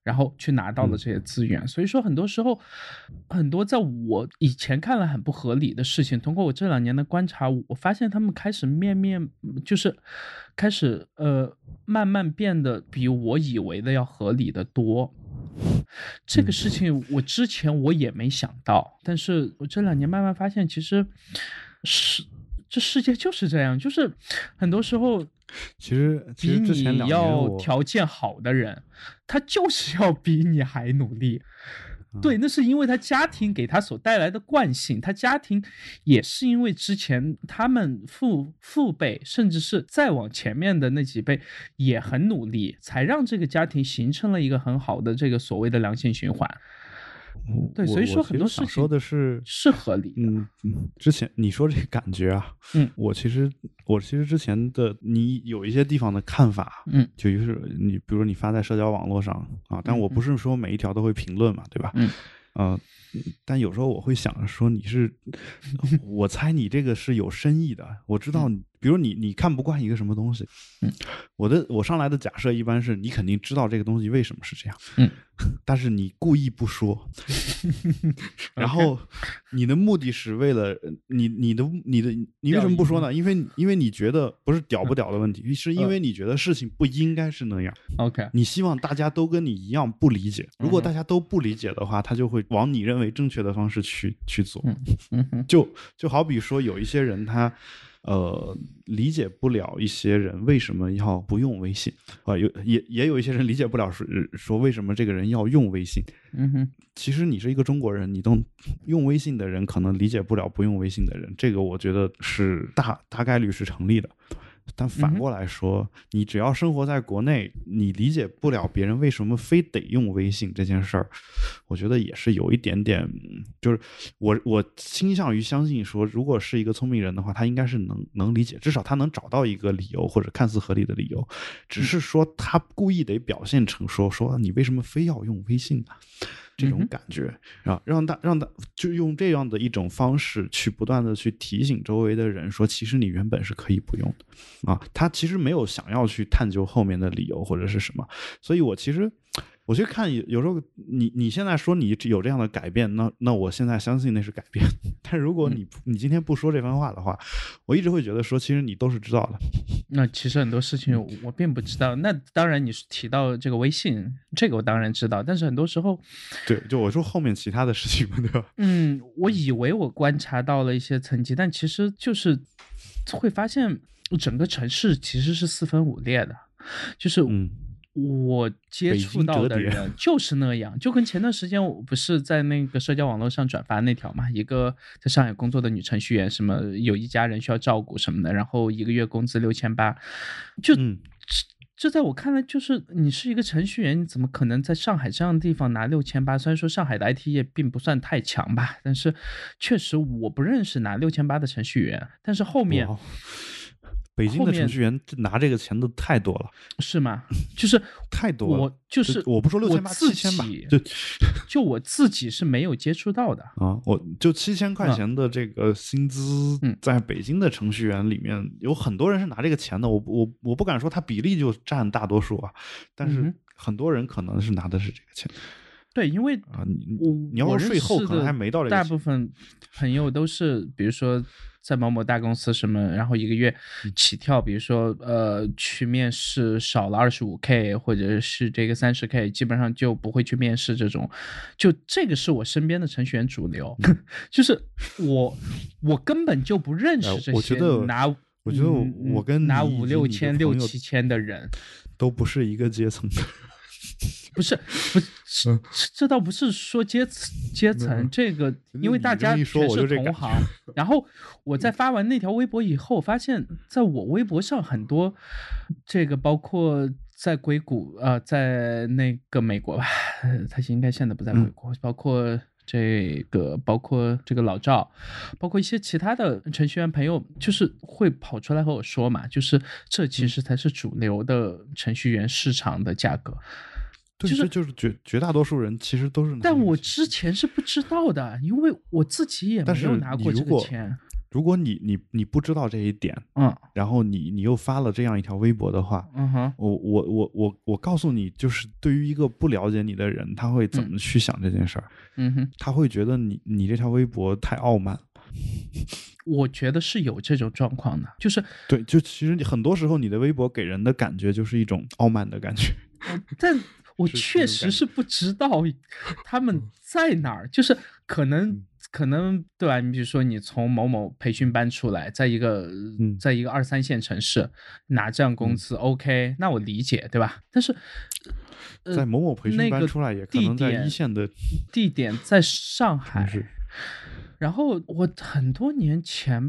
Speaker 2: 然后去拿到了这些资源。所以说很多时候，很多在我以前看来很不合理的事情，通过我这2年的观察，我发现他们开始就是开始慢慢变得比我以为的要合理的多。这个事情我之前我也没想到，但是我这2年慢慢发现，其实这世界就是这样，就是很多时候
Speaker 1: 其实
Speaker 2: 比
Speaker 1: 之前2年
Speaker 2: 你要条件好的人，他就是要比你还努力。对，那是因为他家庭给他所带来的惯性，他家庭也是因为之前他们父辈甚至是再往前面的那几辈也很努力，才让这个家庭形成了一个很好的这个所谓的良性循环。对，所以说很多事情
Speaker 1: 说的是
Speaker 2: 合理的。
Speaker 1: 之前你说这个感觉啊，我其实之前的你有一些地方的看法，就是你比如说你发在社交网络上啊，但我不是说每一条都会评论嘛，对吧？但有时候我会想着说我猜你这个是有深意的。我知道比如你看不惯一个什么东西，我上来的假设一般是你肯定知道这个东西为什么是这样，但是你故意不说，然后你的目的是为了你为什么不说呢？因为你觉得不是屌不屌的问题，是因为你觉得事情不应该是那样。
Speaker 2: OK，
Speaker 1: 你希望大家都跟你一样不理解，如果大家都不理解的话，他就会往你认为正确的方式去做。就好比说有一些人他理解不了一些人为什么要不用微信啊，也有一些人理解不了说为什么这个人要用微信。其实你是一个中国人，你都用微信的人可能理解不了不用微信的人，这个我觉得是大概率是成立的。但反过来说，你只要生活在国内，你理解不了别人为什么非得用微信这件事儿，我觉得也是有一点点，就是我倾向于相信说，如果是一个聪明人的话，他应该是能理解，至少他能找到一个理由或者看似合理的理由，只是说他故意得表现成说你为什么非要用微信呢？这种感觉啊，让他就用这样的一种方式去不断的去提醒周围的人说，其实你原本是可以不用的啊。他其实没有想要去探究后面的理由或者是什么，所以我其实看有时候你现在说你有这样的改变，那我现在相信那是改变。但如果你今天不说这番话的话，我一直会觉得说，其实你都是知道的。
Speaker 2: 那其实很多事情我并不知道。那当然，你提到这个微信，这个我当然知道，但是很多时候，
Speaker 1: 对，就我说后面其他的事情嘛，对吧？
Speaker 2: 我以为我观察到了一些层级，但其实就是会发现整个城市其实是4分5裂的，就是我接触到的人就是那样，就跟前段时间我不是在那个社交网络上转发那条嘛，一个在上海工作的女程序员，什么有一家人需要照顾什么的，然后1个月工资6800，这在我看来就是你是一个程序员，你怎么可能在上海这样的地方拿6800？虽然说上海的 IT 业并不算太强吧，但是确实我不认识拿6800的程序员，但是后面。
Speaker 1: 北京的程序员拿这个钱的太多了，
Speaker 2: 是吗？就是
Speaker 1: 太多了。我不说6800、7000吧，
Speaker 2: 就我自己是没有接触到的
Speaker 1: 啊。我就7000块钱的这个薪资，在北京的程序员里面，有很多人是拿这个钱的。我不敢说他比例就占大多数啊，但是很多人可能是拿的是这个钱。
Speaker 2: 对，因为
Speaker 1: 你要税后可能还没到这个钱。
Speaker 2: 大部分朋友都是，比如说在某某大公司什么，然后1个月起跳，比如说去面试少了25K 或者是这个30K，基本上就不会去面试这种。就这个是我身边的程序员主流，就是我根本就不认识这些
Speaker 1: 我觉得我跟
Speaker 2: 拿5、6千、6、7千的人
Speaker 1: 都不是一个阶层的。
Speaker 2: 不是，这倒不是说阶层，这个因为大家全是同行。然后我在发完那条微博以后，发现在我微博上很多这个，包括在硅谷在那个美国吧，他应该现在不在硅谷，包括这个老赵，包括一些其他的程序员朋友，就是会跑出来和我说嘛，就是这其实才是主流的程序员市场的价格。
Speaker 1: 就是绝大多数人其实都是拿，
Speaker 2: 但我之前是不知道的，因为我自己也没有拿过这个钱。
Speaker 1: 如果你不知道这一点，然后你又发了这样一条微博的话，我告诉你，就是对于一个不了解你的人，他会怎么去想这件事儿？他会觉得你这条微博太傲慢。
Speaker 2: 我觉得是有这种状况的，就是
Speaker 1: 对，就其实很多时候你的微博给人的感觉就是一种傲慢的感觉。
Speaker 2: 但我确实是不知道他们在哪儿，就是可能对吧？你比如说你从某某培训班出来，在一个2、3线城市拿这样工资，OK， 那我理解，对吧？但是
Speaker 1: 在某某培训班出来，也可能在一线的
Speaker 2: 地点在上海。然后我很多年前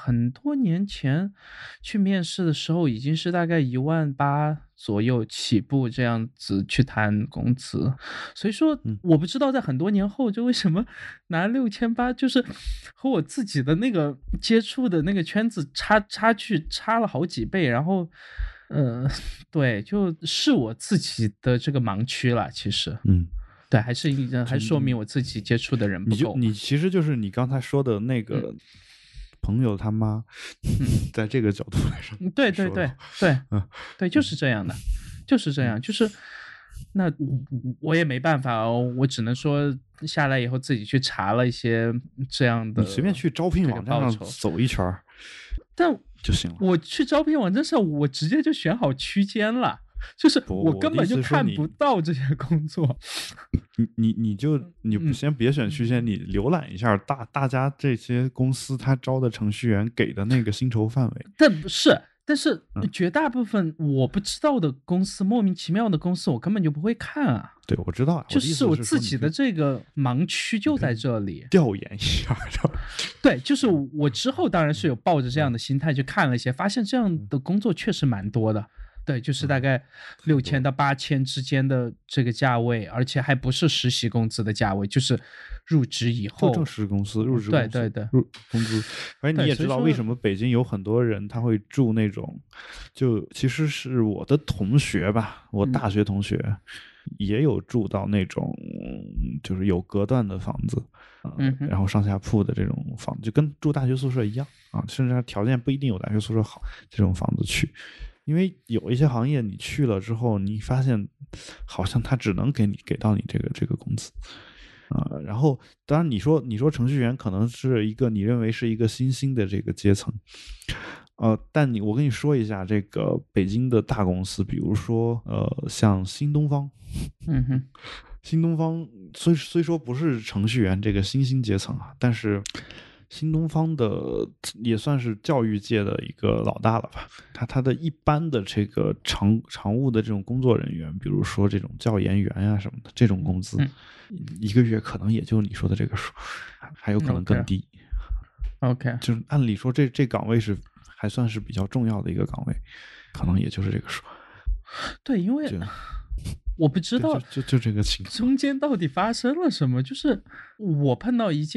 Speaker 2: 去面试的时候，已经是大概18000左右起步这样子去谈工资，所以说我不知道在很多年后就为什么拿6800，就是和我自己的那个接触的那个圈子差距差了好几倍，然后对，就是我自己的这个盲区了，其实对，还说明我自己接触的人不够。
Speaker 1: 你其实就是你刚才说的那个朋友他妈，在这个角度来说，
Speaker 2: 对，就是这样的，就是这样，就是那我也没办法，我只能说下来以后自己去查了一些这样的，
Speaker 1: 你随便去招聘网站上走一圈，
Speaker 2: 但
Speaker 1: 就行了。
Speaker 2: 我去招聘网站上，我直接就选好区间了。就是我根本就看不到这些工作。
Speaker 1: 你先别选区间，你浏览一下大家这些公司他招的程序员给的那个薪酬范围。
Speaker 2: 但是绝大部分我不知道的公司，莫名其妙的公司，我根本就不会看啊。
Speaker 1: 对，我知道啊，
Speaker 2: 就是我自己的这个盲区就在这里。
Speaker 1: 调研一下。
Speaker 2: 对，就是我之后当然是有抱着这样的心态去看了一些，发现这样的工作确实蛮多的。对，就是大概6000到8000之间的这个价位，而且还不是实习工资的价位，就是入职以后
Speaker 1: 正式公司入职公司
Speaker 2: 对
Speaker 1: 工资。反正你也知道为什么北京有很多人他会住那种，就其实是我的同学吧，我大学同学也有住到那种就是有隔断的房子，然后上下铺的这种房子，就跟住大学宿舍一样啊，甚至条件不一定有大学宿舍好，这种房子去。因为有一些行业你去了之后，你发现好像他只能给到你这个工资然后当然你说程序员可能是一个你认为是一个新兴的这个阶层，但我跟你说一下，这个北京的大公司，比如说像新东方，新东方虽说不是程序员这个新兴阶层啊，但是新东方的也算是教育界的一个老大了吧？他的一般的这个常务的这种工作人员，比如说这种教研员啊什么的，这种工资一个月可能也就你说的这个数，还有可能更低。
Speaker 2: OK，
Speaker 1: 就是按理说这岗位是还算是比较重要的一个岗位，可能也就是这个数。
Speaker 2: 对，因为我不知道
Speaker 1: 就这个情况
Speaker 2: 中间到底发生了什么。就是我碰到一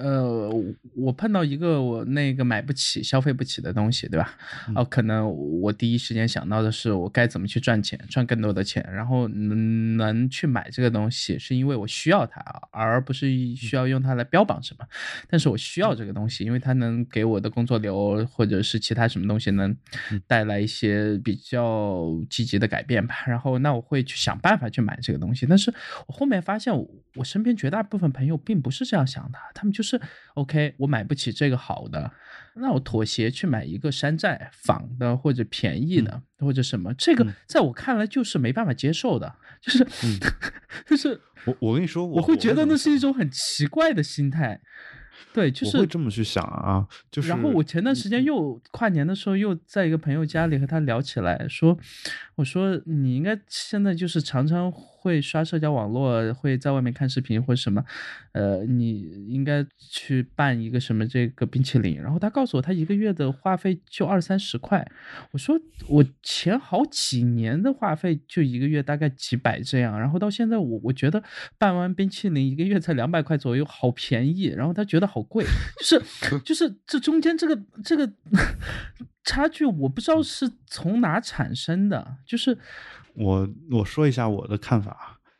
Speaker 2: 个我那个买不起消费不起的东西，对吧？可能我第一时间想到的是我该怎么去赚钱，赚更多的钱，然后能去买这个东西是因为我需要它，而不是需要用它来标榜什么。但是我需要这个东西，因为它能给我的工作流或者是其他什么东西能带来一些比较积极的改变吧。然后那我会去想办法去买这个东西，但是我后面发现我身边绝大部分朋友并不是这样想的，他们就是 OK， 我买不起这个好的，那我妥协去买一个山寨仿的或者便宜的或者什么，这个在我看来就是没办法接受的，就是
Speaker 1: 我跟你说，
Speaker 2: 我会觉得那是一种很奇怪的心态。对，就是
Speaker 1: 我会这么去想啊，就是
Speaker 2: 然后我前段时间又跨年的时候又在一个朋友家里和他聊起来，我说你应该现在就是常常会刷社交网络，会在外面看视频或什么，你应该去办一个什么这个冰淇淋。然后他告诉我他一个月的话费就20-30块，我说我前好几年的话费就一个月大概几百这样，然后到现在我觉得办完冰淇淋一个月才200块左右，好便宜，然后他觉得好贵，就是这中间这个差距我不知道是从哪产生的。就是
Speaker 1: 我说一下我的看法，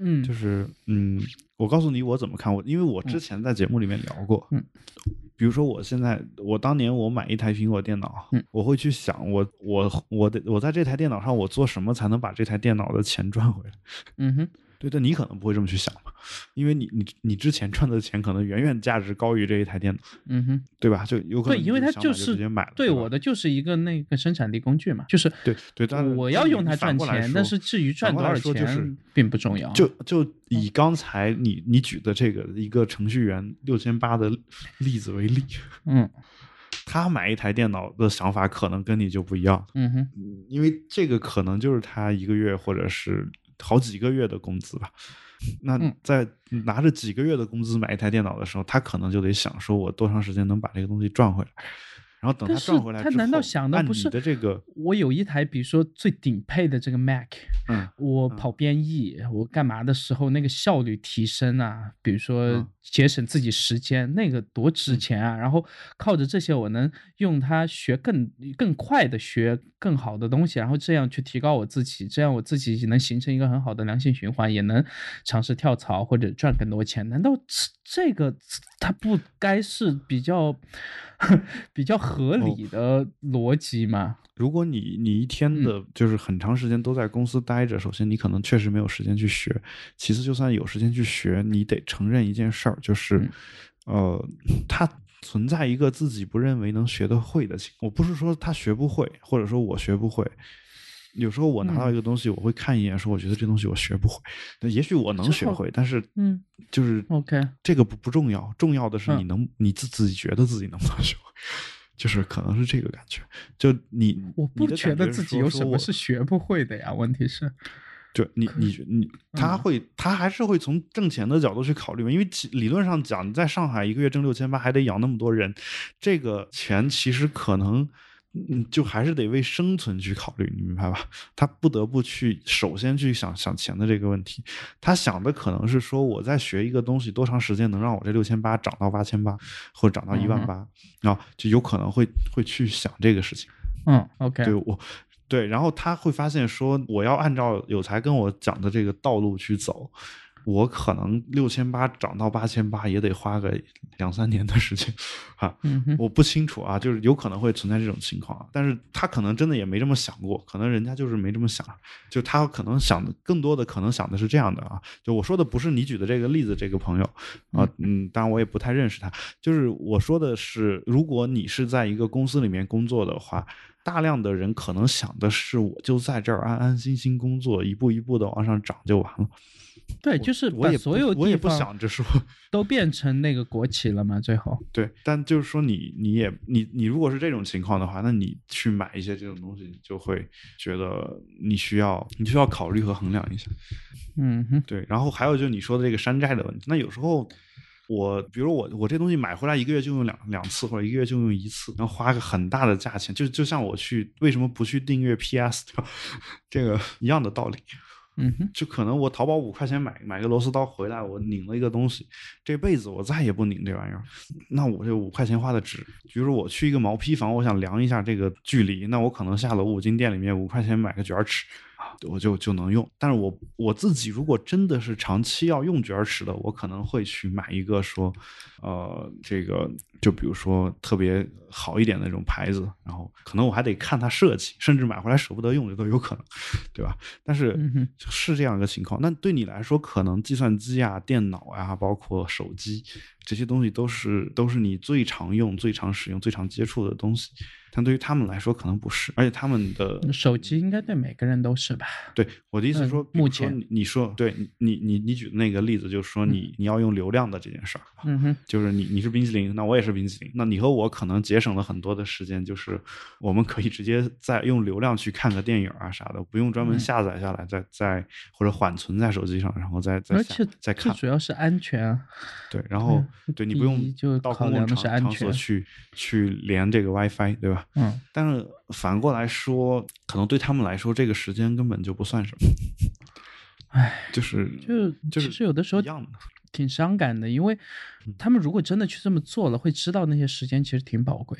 Speaker 1: 就是我告诉你我怎么看，因为我之前在节目里面聊过，比如说我当年我买一台苹果电脑，我会去想我在这台电脑上我做什么才能把这台电脑的钱赚回来。对，但你可能不会这么去想嘛，因为你之前赚的钱可能远远价值高于这一台电脑，对吧？就有可能
Speaker 2: 对，因为它
Speaker 1: 直接买了，
Speaker 2: 对我的就是一个那个生产力工具嘛，就是
Speaker 1: 对，但
Speaker 2: 我要用它赚钱，但是至于赚多少钱并不重要。
Speaker 1: 就以刚才你举的这个一个程序员6800的例子为例，他买一台电脑的想法可能跟你就不一样，因为这个可能就是他一个月或者是好几个月的工资吧。那在拿着几个月的工资买一台电脑的时候，他可能就得想说我多长时间能把这个东西赚回来，然后等他赚回来之后，
Speaker 2: 他难道想的不是
Speaker 1: 的这个
Speaker 2: 我有一台比如说最顶配的这个 Mac，我跑编译我干嘛的时候那个效率提升啊，比如说节省自己时间，那个多值钱啊，然后靠着这些我能用它学更快的学更好的东西，然后这样去提高我自己，这样我自己能形成一个很好的良性循环，也能尝试跳槽或者赚更多钱。难道这个它不该是比较合理的逻辑吗？
Speaker 1: 如果你一天的就是很长时间都在公司待着，首先你可能确实没有时间去学，其次就算有时间去学，你得承认一件事儿，就是它存在一个自己不认为能学得会的情况。我不是说他学不会，或者说我学不会，有时候我拿到一个东西，我会看一眼说我觉得这东西我学不会，也许我能学会，但是就是
Speaker 2: OK
Speaker 1: 这个不重要，重要的是你自己觉得自己能不能学会，就是可能是这个感觉。就
Speaker 2: 我不觉得自己有什么是学不会的呀，问题是
Speaker 1: 就他还是会从挣钱的角度去考虑嘛，因为理论上讲，你在上海一个月挣6800还得养那么多人，这个钱其实可能就还是得为生存去考虑，你明白吧？他不得不去首先去想钱的这个问题，他想的可能是说我在学一个东西多长时间能让我这6800涨到8800或者涨到18000啊，就有可能会去想这个事情。
Speaker 2: OK，
Speaker 1: 对，然后他会发现说，我要按照有才跟我讲的这个道路去走，我可能6800涨到8800也得花个2-3年的时间啊。我不清楚啊，就是有可能会存在这种情况，但是他可能真的也没这么想过，可能人家就是没这么想，就他可能想的更多的可能想的是这样的啊，就我说的不是你举的这个例子这个朋友啊，当然我也不太认识他，就是我说的是，如果你是在一个公司里面工作的话，大量的人可能想的是，我就在这儿安安心心工作，一步一步的往上涨就完了。
Speaker 2: 对，就是把所有
Speaker 1: 我也不想着说
Speaker 2: 都变成那个国企了嘛，最后。
Speaker 1: 对，但就是说你如果是这种情况的话，那你去买一些这种东西，就会觉得你需要考虑和衡量一下。对。然后还有就是你说的这个山寨的问题，那有时候比如我这东西买回来一个月就用两次，或者一个月就用1次，然后花个很大的价钱，就像我为什么不去订阅 PS 对吧？这个一样的道理。就可能我淘宝5块钱买个螺丝刀回来，我拧了一个东西，这辈子我再也不拧这玩意儿，那我这5块钱花的值。比如说我去一个毛坯房，我想量一下这个距离，那我可能下楼五金店里面5块钱买个卷尺我就能用。但是我自己如果真的是长期要用卷尺的，我可能会去买一个说这个就比如说特别好一点的那种牌子，然后可能我还得看它设计，甚至买回来舍不得用，这都有可能，对吧？但是是这样一个情况。那对你来说，可能计算机啊、电脑啊，包括手机这些东西都是你最常用、最常使用、最常接触的东西，但对于他们来说可能不是，而且他们的
Speaker 2: 手机应该对每个人都是吧？
Speaker 1: 对，我的意思说，
Speaker 2: 目前
Speaker 1: 你说对你举的那个例子，就是说你要用流量的这件事儿，就是你是冰淇淋，那我也是冰淇淋，那你和我可能节省了很多的时间，就是我们可以直接再用流量去看个电影啊啥的，不用专门下载下来，再或者缓存在手机上，然后再看。
Speaker 2: 最主要是安全啊。
Speaker 1: 对，然后对你不用到公共场所去连这个 WiFi， 对吧？但是反过来说，可能对他们来说，这个时间根本就不算什么。就是
Speaker 2: 其实有的时候
Speaker 1: 一样的。
Speaker 2: 挺伤感的，因为他们如果真的去这么做了，会知道那些时间其实挺宝贵的。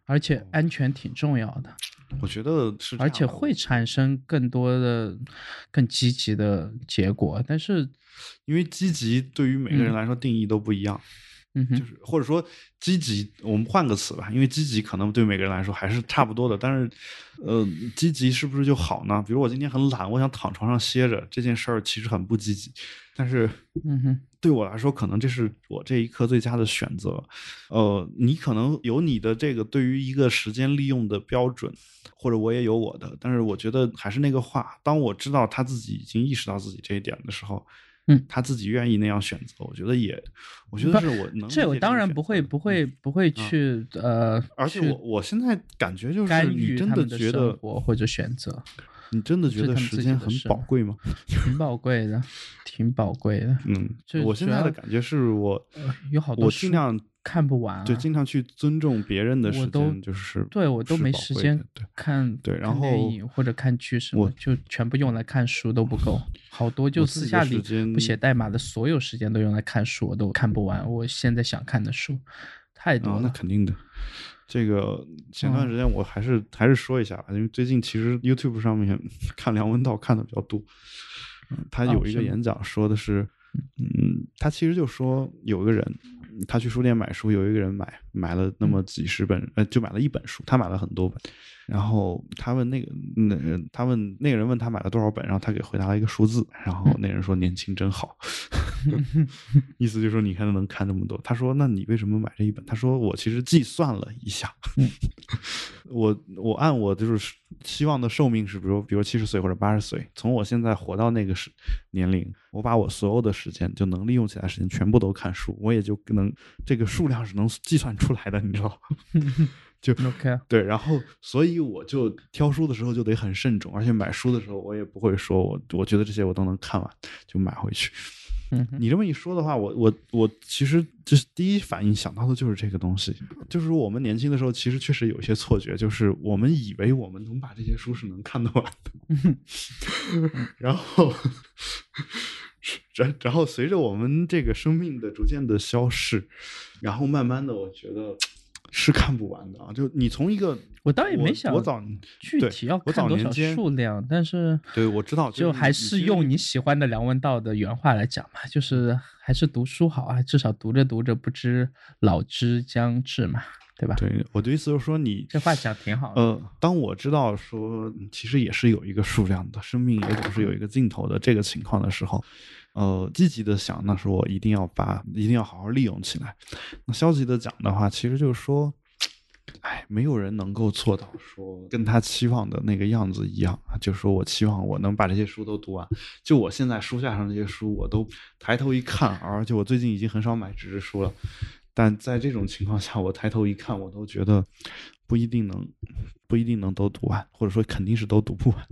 Speaker 2: 而且安全挺重要的。
Speaker 1: 我觉得是这样的，
Speaker 2: 而且会产生更多的更积极的结果，但是
Speaker 1: 因为积极对于每个人来说定义都不一样。就是或者说积极，我们换个词吧，因为积极可能对每个人来说还是差不多的，但是积极是不是就好呢？比如我今天很懒，我想躺床上歇着，这件事儿其实很不积极，但是对我来说可能这是我这一刻最佳的选择。你可能有你的这个对于一个时间利用的标准，或者我也有我的，但是我觉得还是那个话，当我知道他自己已经意识到自己这一点的时候，他自己愿意那样选择，我觉得是我能
Speaker 2: 这我当然不会去
Speaker 1: 而且我现在感觉就是
Speaker 2: 干
Speaker 1: 你真
Speaker 2: 预他们的
Speaker 1: 觉得
Speaker 2: 生活或者选择。
Speaker 1: 你真的觉得时间很宝贵吗？
Speaker 2: 挺宝贵的，挺宝贵的。
Speaker 1: 我现在的感觉是
Speaker 2: 有好多
Speaker 1: 我尽量
Speaker 2: 看不完，
Speaker 1: 对，尽量去尊重别人的时间，就是
Speaker 2: 对我都没时间看
Speaker 1: 对，然后
Speaker 2: 看电影或者看剧什么，就全部用来看书都不够，好多就私下里不写代码的所有时间都用来看书，我都看不完。我现在想看的书太多了，
Speaker 1: 那肯定的。这个前段时间我还是说一下吧，因为最近其实 YouTube 上面看梁文道看的比较多。他有一个演讲说的是，他其实就说有个人他去书店买书，有一个人买了那么几十本，就买了一本书，他买了很多本。然后他问那个人问他买了多少本，然后他给回答了一个数字，然后那人说年轻真好，意思就是说你看能看这么多。他说那你为什么买这一本？他说我其实计算了一下，我按我就是希望的寿命是比如70岁或者80岁，从我现在活到那个年龄，我把我所有的时间就能利用起来的时间全部都看书，我也就能这个数量是能计算出来的，你知道就
Speaker 2: OK
Speaker 1: 对，然后所以我就挑书的时候就得很慎重，而且买书的时候我也不会说我觉得这些我都能看完就买回去。你这么一说的话，我其实就是第一反应想到的就是这个东西，就是我们年轻的时候其实确实有一些错觉，就是我们以为我们能把这些书是能看得完的，然后随着我们这个生命的逐渐的消逝，然后慢慢的我觉得是看不完的啊！就你从一个，
Speaker 2: 我倒也没想具体要看多少数量，但是
Speaker 1: 对我知道，
Speaker 2: 就还是用你喜欢的梁文道的原话来讲嘛，就是还是读书好啊，至少读着读着不知老之将至嘛，对吧？
Speaker 1: 对，我的意思就是说你
Speaker 2: 这话讲挺好的。
Speaker 1: 当我知道说其实也是有一个数量的，生命也总是有一个尽头的这个情况的时候。积极的想，那是我一定要好好利用起来。那消极的讲的话，其实就是说，没有人能够做到说跟他期望的那个样子一样。就是说我期望我能把这些书都读完，就我现在书架上这些书，我都抬头一看，而且我最近已经很少买纸质书了。但在这种情况下，我抬头一看，我都觉得不一定能都读完，或者说肯定是都读不完。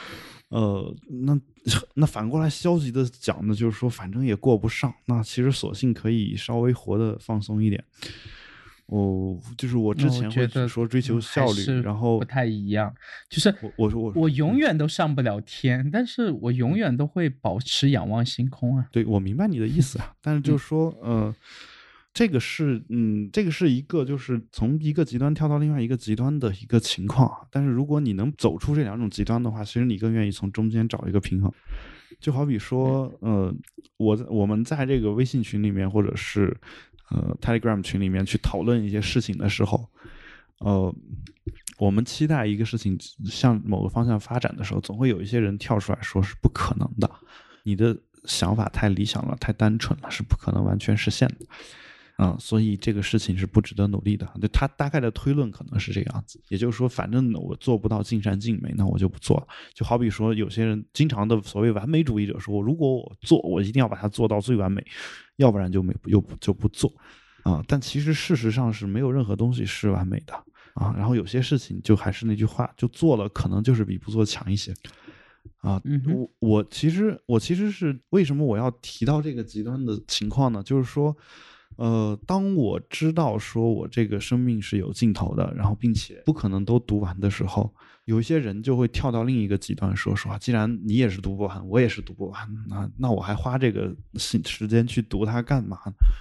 Speaker 1: 那反过来消极的讲呢，就是说反正也过不上，那其实索性可以稍微活得放松一点。就是我之前会说追求效率，然后
Speaker 2: 不太一样，就是我永远都上不了天，但是我永远都会保持仰望星空啊。
Speaker 1: 对，我明白你的意思啊，但是就是说这个是一个就是从一个极端跳到另外一个极端的一个情况，但是如果你能走出这两种极端的话，其实你更愿意从中间找一个平衡。就好比说我们在这个微信群里面或者是Telegram 群里面去讨论一些事情的时候，我们期待一个事情向某个方向发展的时候，总会有一些人跳出来说是不可能的，你的想法太理想了，太单纯了，是不可能完全实现的。所以这个事情是不值得努力的。对，他大概的推论可能是这个样子，也就是说反正我做不到尽善尽美，那我就不做了。就好比说有些人经常的所谓完美主义者说，如果我做，我一定要把它做到最完美，要不然就不做但其实事实上是没有任何东西是完美的然后有些事情就还是那句话，就做了可能就是比不做强一些我其实是为什么我要提到这个极端的情况呢？就是说当我知道说我这个生命是有尽头的，然后并且不可能都读完的时候，有一些人就会跳到另一个极端说既然你也是读不完，我也是读不完，那我还花这个时间去读它干嘛呢？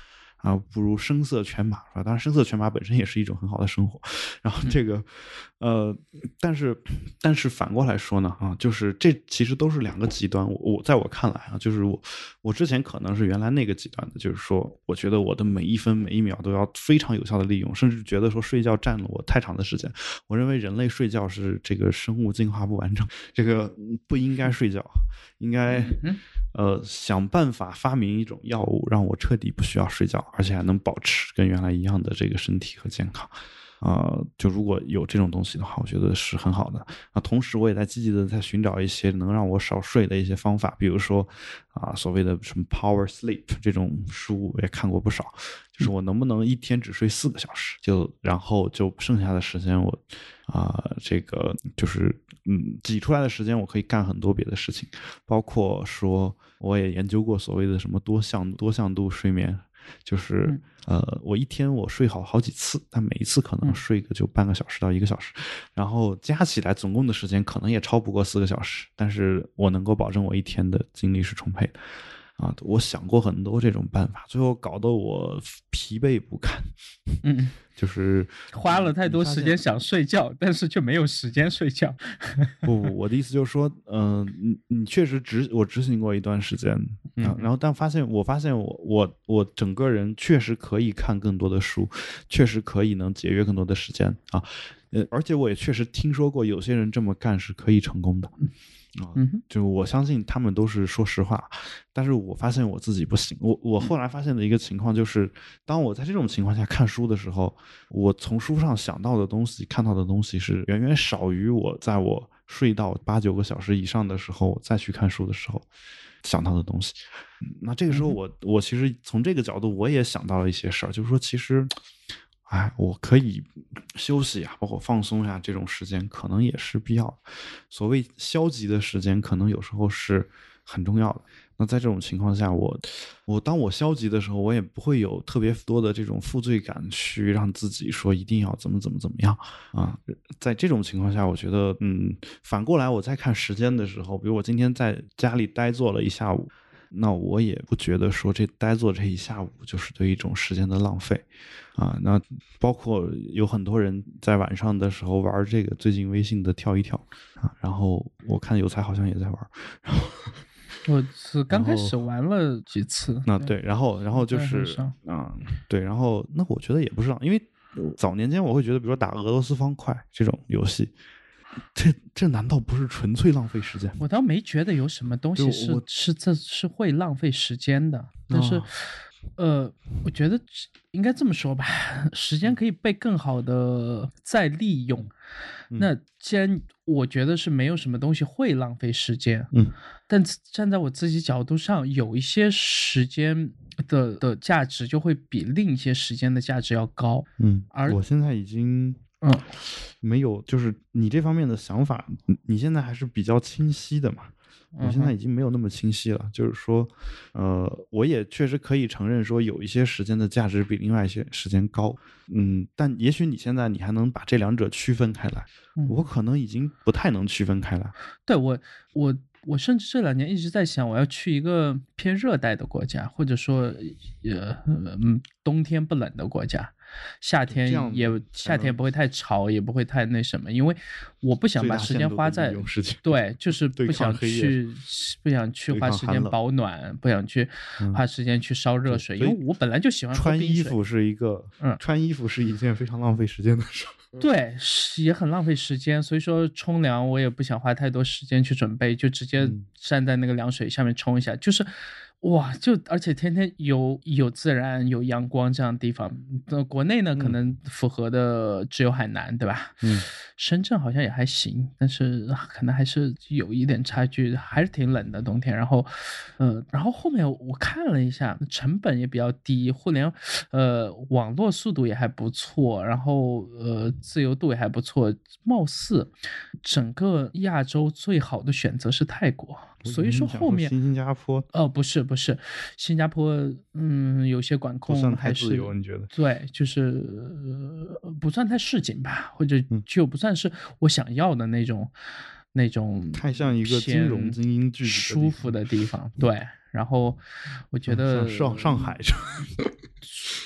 Speaker 1: 啊，不如声色犬马，是吧？当然，声色犬马本身也是一种很好的生活。然后这个，但是反过来说呢，啊，就是这其实都是两个极端。在我看来啊，就是我之前可能是原来那个极端的，就是说，我觉得我的每一分每一秒都要非常有效的利用，甚至觉得说睡觉占了我太长的时间。我认为人类睡觉是这个生物进化不完整，这个不应该睡觉，应该想办法发明一种药物，让我彻底不需要睡觉，而且还能保持跟原来一样的这个身体和健康。就如果有这种东西的话，我觉得是很好的。同时我也在积极的在寻找一些能让我少睡的一些方法，比如说所谓的什么 Power Sleep 这种书我也看过不少，就是我能不能一天只睡4个小时，然后就剩下的时间我这个就是挤出来的时间我可以干很多别的事情，包括说我也研究过所谓的什么多项度睡眠。就是我一天我睡好几次，但每一次可能睡个就半个小时到1个小时，然后加起来总共的时间可能也超不过4个小时，但是我能够保证我一天的精力是充沛的。我想过很多这种办法，最后搞得我疲惫不堪。就是
Speaker 2: 花了太多时间想睡觉，但是却没有时间睡觉。
Speaker 1: 不，我的意思就是说，你确实我执行过一段时间然后但我发现我整个人确实可以看更多的书，确实可以能节约更多的时间而且我也确实听说过有些人这么干是可以成功的。就我相信他们都是说实话，但是我发现我自己不行。我后来发现的一个情况就是，当我在这种情况下看书的时候，我从书上想到的东西、看到的东西是远远少于我在我睡到8、9个小时以上的时候再去看书的时候想到的东西。那这个时候我其实从这个角度我也想到了一些事儿，就是说其实我可以休息包括放松这种时间可能也是必要的。所谓消极的时间可能有时候是很重要的。那在这种情况下，当我消极的时候，我也不会有特别多的这种负罪感去让自己说一定要怎么样在这种情况下，我觉得反过来我在看时间的时候，比如我今天在家里呆坐了一下午，那我也不觉得说呆坐这一下午就是对一种时间的浪费那包括有很多人在晚上的时候玩这个最近微信的跳一跳然后我看有才好像也在玩，然后
Speaker 2: 我是刚开始玩了几次。
Speaker 1: 对，然后就是对，然后那我觉得也不是因为早年间我会觉得，比如说打俄罗斯方块这种游戏。这难道不是纯粹浪费时间？
Speaker 2: 我倒没觉得有什么东西是会浪费时间的，但是我觉得应该这么说吧，时间可以被更好的再利用。那既然我觉得是没有什么东西会浪费时间，但站在我自己角度上，有一些时间的价值就会比另一些时间的价值要高。而
Speaker 1: 我现在已经没有，就是你这方面的想法，你现在还是比较清晰的嘛。我现在已经没有那么清晰了，就是说，我也确实可以承认说有一些时间的价值比另外一些时间高，但也许你现在你还能把这两者区分开来，我可能已经不太能区分开来。
Speaker 2: 对，我甚至这2年一直在想，我要去一个偏热带的国家，或者说冬天不冷的国家。夏天不会太潮，也不会太那什么，因为我不想把时间花在对，就是不想去花时间保暖，不想去花时间去烧热水，因为我本来就喜欢喝冰水。
Speaker 1: 穿衣服是一件非常浪费时间的事。
Speaker 2: 对，也很浪费时间，所以说冲凉我也不想花太多时间去准备，就直接站在那个凉水下面冲一下，就是哇，而且天天有自然有阳光这样的地方。国内呢可能符合的只有海南，对吧？深圳好像也还行，但是可能还是有一点差距，还是挺冷的冬天。然后后面我看了一下，成本也比较低，网络速度也还不错，然后自由度也还不错，貌似整个亚洲最好的选择是泰国。所以说后面
Speaker 1: 新加坡
Speaker 2: 不是新加坡有些管控还是
Speaker 1: 不算太自由，你觉得？
Speaker 2: 对，就是不算太市井吧，或者就不算是我想要的那种
Speaker 1: 太像一个金融精英聚集
Speaker 2: 舒服的地方。对，然后我觉得
Speaker 1: 上海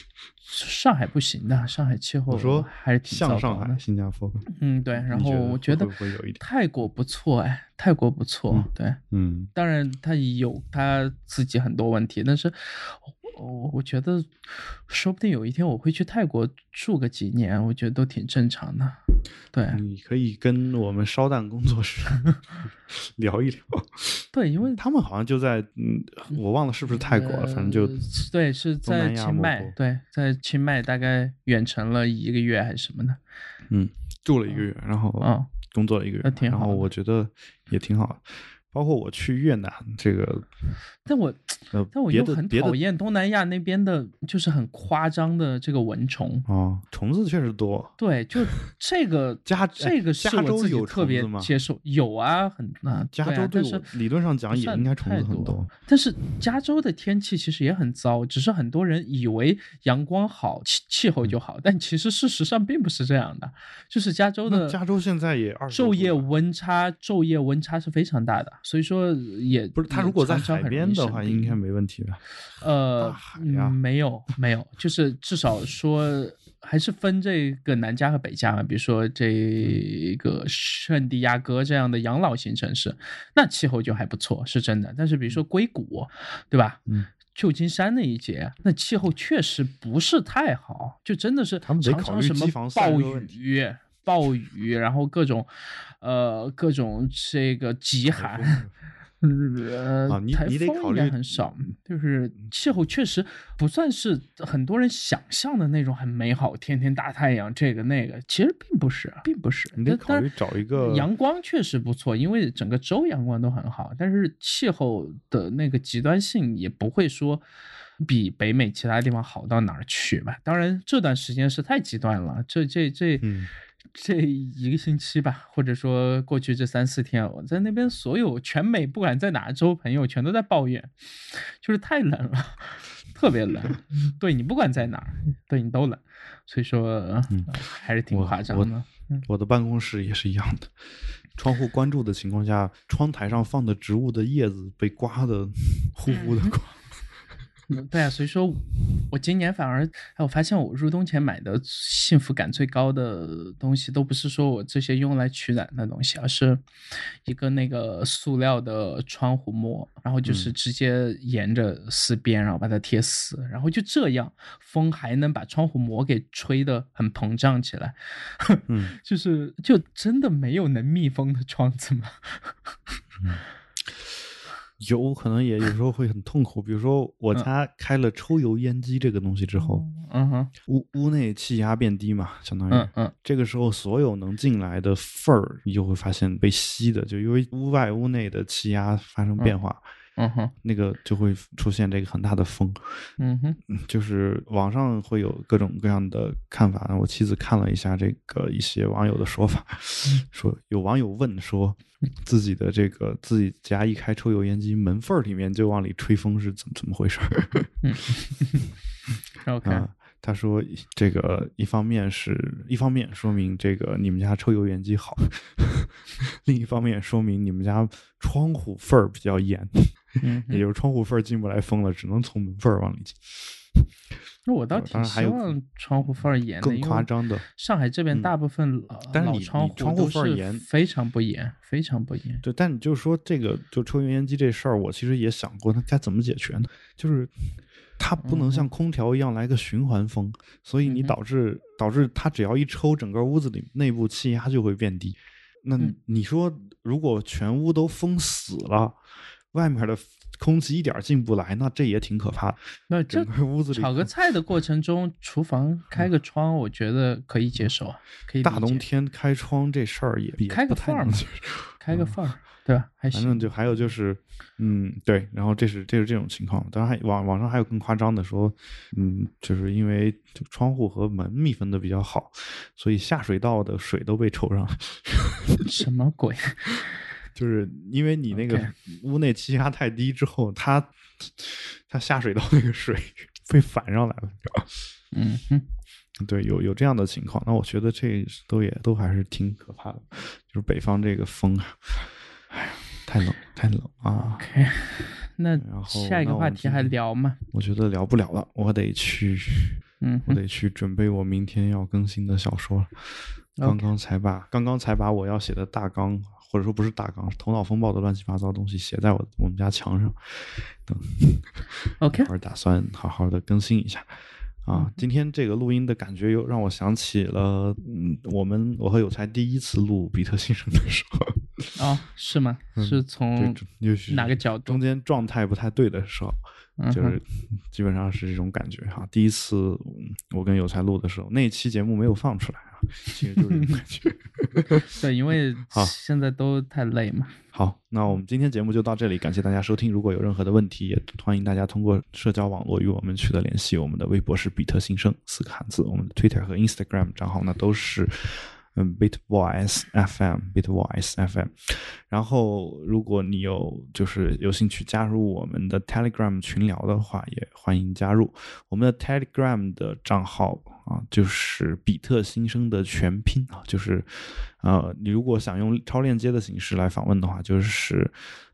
Speaker 2: 上海不行的，上海气候
Speaker 1: 我说
Speaker 2: 还是挺糟糕的。
Speaker 1: 像上海、新加坡，
Speaker 2: 对，然后我觉得
Speaker 1: 会不会有一点
Speaker 2: 泰国不错，泰国不错，对，当然它有它自己很多问题，但是我觉得说不定有一天我会去泰国住个几年，我觉得都挺正常的。对，
Speaker 1: 你可以跟我们烧蛋工作室聊一聊。
Speaker 2: 对，因为
Speaker 1: 他们好像就在我忘了是不是泰国了，反正就
Speaker 2: 对，是在清迈，对，在清迈大概远程了1个月还是什么的，
Speaker 1: 住了1个月，然后工作了1个月，
Speaker 2: 挺好，
Speaker 1: 然后我觉得也挺好的。包括我去越南这个，
Speaker 2: 但我又很讨厌东南亚那边的，就是很夸张的这个蚊虫
Speaker 1: 虫子确实多。
Speaker 2: 对，就这个这个是我自己特别接受，有啊，
Speaker 1: 加州对我理论上讲也应该虫子很多，
Speaker 2: 但是加州的天气其实也很糟，只是很多人以为阳光好，气候就好，但其实事实上并不是这样的，就是加州
Speaker 1: 现在也
Speaker 2: 昼夜温差是非常大的。所以说也
Speaker 1: 不是他如果在海边的话应该没问题吧？大海呀，
Speaker 2: 没有，就是至少说还是分这个南加和北加嘛。比如说这个圣地亚哥这样的养老型城市，那气候就还不错，是真的。但是比如说硅谷，对吧？旧金山那一节，那气候确实不是太好，就真的是常常什么暴雨，然后各种这个极寒，台风应该很少，就是气候确实不算是很多人想象的那种很美好，天天大太阳这个那个，其实并不是。
Speaker 1: 你得考虑找一个
Speaker 2: 阳光确实不错，因为整个州阳光都很好，但是气候的那个极端性也不会说比北美其他地方好到哪儿去吧。当然这段时间是太极端了，这1个星期吧，或者说过去这3、4天，我在那边所有全美不管在哪州朋友全都在抱怨，就是太冷了，特别冷。对，你不管在哪儿，对你都冷，所以说还是挺夸张的。
Speaker 1: 我的办公室也是一样的，窗户关住的情况下，窗台上放的植物的叶子被刮得呼呼的刮。
Speaker 2: 对啊，所以说我今年反而我发现我入冬前买的幸福感最高的东西都不是说我这些用来取暖的东西，而是一个那个塑料的窗户膜，然后就是直接沿着4边然后把它贴死，然后就这样风还能把窗户膜给吹得很膨胀起来。就真的没有能密封的窗子吗？
Speaker 1: 有可能也有时候会很痛苦，比如说我家开了抽油烟机这个东西之后，屋内气压变低嘛，相当于这个时候所有能进来的缝儿，你就会发现被吸的，就因为屋外屋内的气压发生变化。那个就会出现这个很大的风。就是网上会有各种各样的看法，我妻子看了一下这个一些网友的说法，说有网友问说自己家一开抽油烟机门缝里面就往里吹风是怎么回事
Speaker 2: ？OK。
Speaker 1: 他说这个一方面说明这个你们家抽油烟机好，另一方面说明你们家窗户缝儿比较严，也就是窗户缝儿进不来风了，只能从门缝儿往里进。
Speaker 2: 那我倒挺希望窗户缝儿严的，
Speaker 1: 更夸张的，
Speaker 2: 上海这边大部分老窗户
Speaker 1: 缝儿严，
Speaker 2: 非常不严，非常不严。
Speaker 1: 对，但你就说这个就抽油烟机这事儿，我其实也想过，那该怎么解决呢？就是它不能像空调一样来个循环风，所以你导致它只要一抽，整个屋子里内部气压就会变低。那你说如果全屋都封死了，外面的空气一点进不来，那这也挺可怕的。
Speaker 2: 那
Speaker 1: 整个屋子里
Speaker 2: 炒个菜的过程中，厨房开个窗，我觉得可以接受，可以理解。
Speaker 1: 大冬天开窗这事儿也
Speaker 2: 开个缝儿嘛，开个缝儿。对吧？还行。
Speaker 1: 反正就还有就是，对，然后这是这种情况。当然网上还有更夸张的说，就是因为窗户和门密封的比较好，所以下水道的水都被抽上了。
Speaker 2: 什么鬼？
Speaker 1: 就是因为你那个屋内气压太低之后，它下水道那个水被反上来了，对，有这样的情况。那我觉得这都还是挺可怕的，就是北方这个风。哎呀，太冷啊
Speaker 2: ！OK， 那下一个话题还聊吗？
Speaker 1: 我觉得聊不了了，我得去我得去准备我明天要更新的小说了。刚刚才把我要写的大纲，或者说不是大纲，是头脑风暴的乱七八糟东西写在我们家墙上。
Speaker 2: OK，
Speaker 1: 一会儿打算好好的更新一下。今天这个录音的感觉又让我想起了，我和有才第一次录比特新生的时候。
Speaker 2: 是吗？是从哪个角度？
Speaker 1: 中间状态不太对的时候，就是基本上是这种感觉哈。第一次我跟有才录的时候，那一期节目没有放出来啊，其实就是这种感觉。
Speaker 2: 对，因为现在都太累嘛。
Speaker 1: 好，那我们今天节目就到这里，感谢大家收听。如果有任何的问题，也欢迎大家通过社交网络与我们取得联系。我们的微博是比特新生4个汉字，我们的 Twitter 和 Instagram 账号呢都是Bitvoice FM。然后如果你有兴趣加入我们的 Telegram 群聊的话，也欢迎加入。我们的 Telegram 的账号就是比特新生的全拼就是你如果想用超链接的形式来访问的话，就是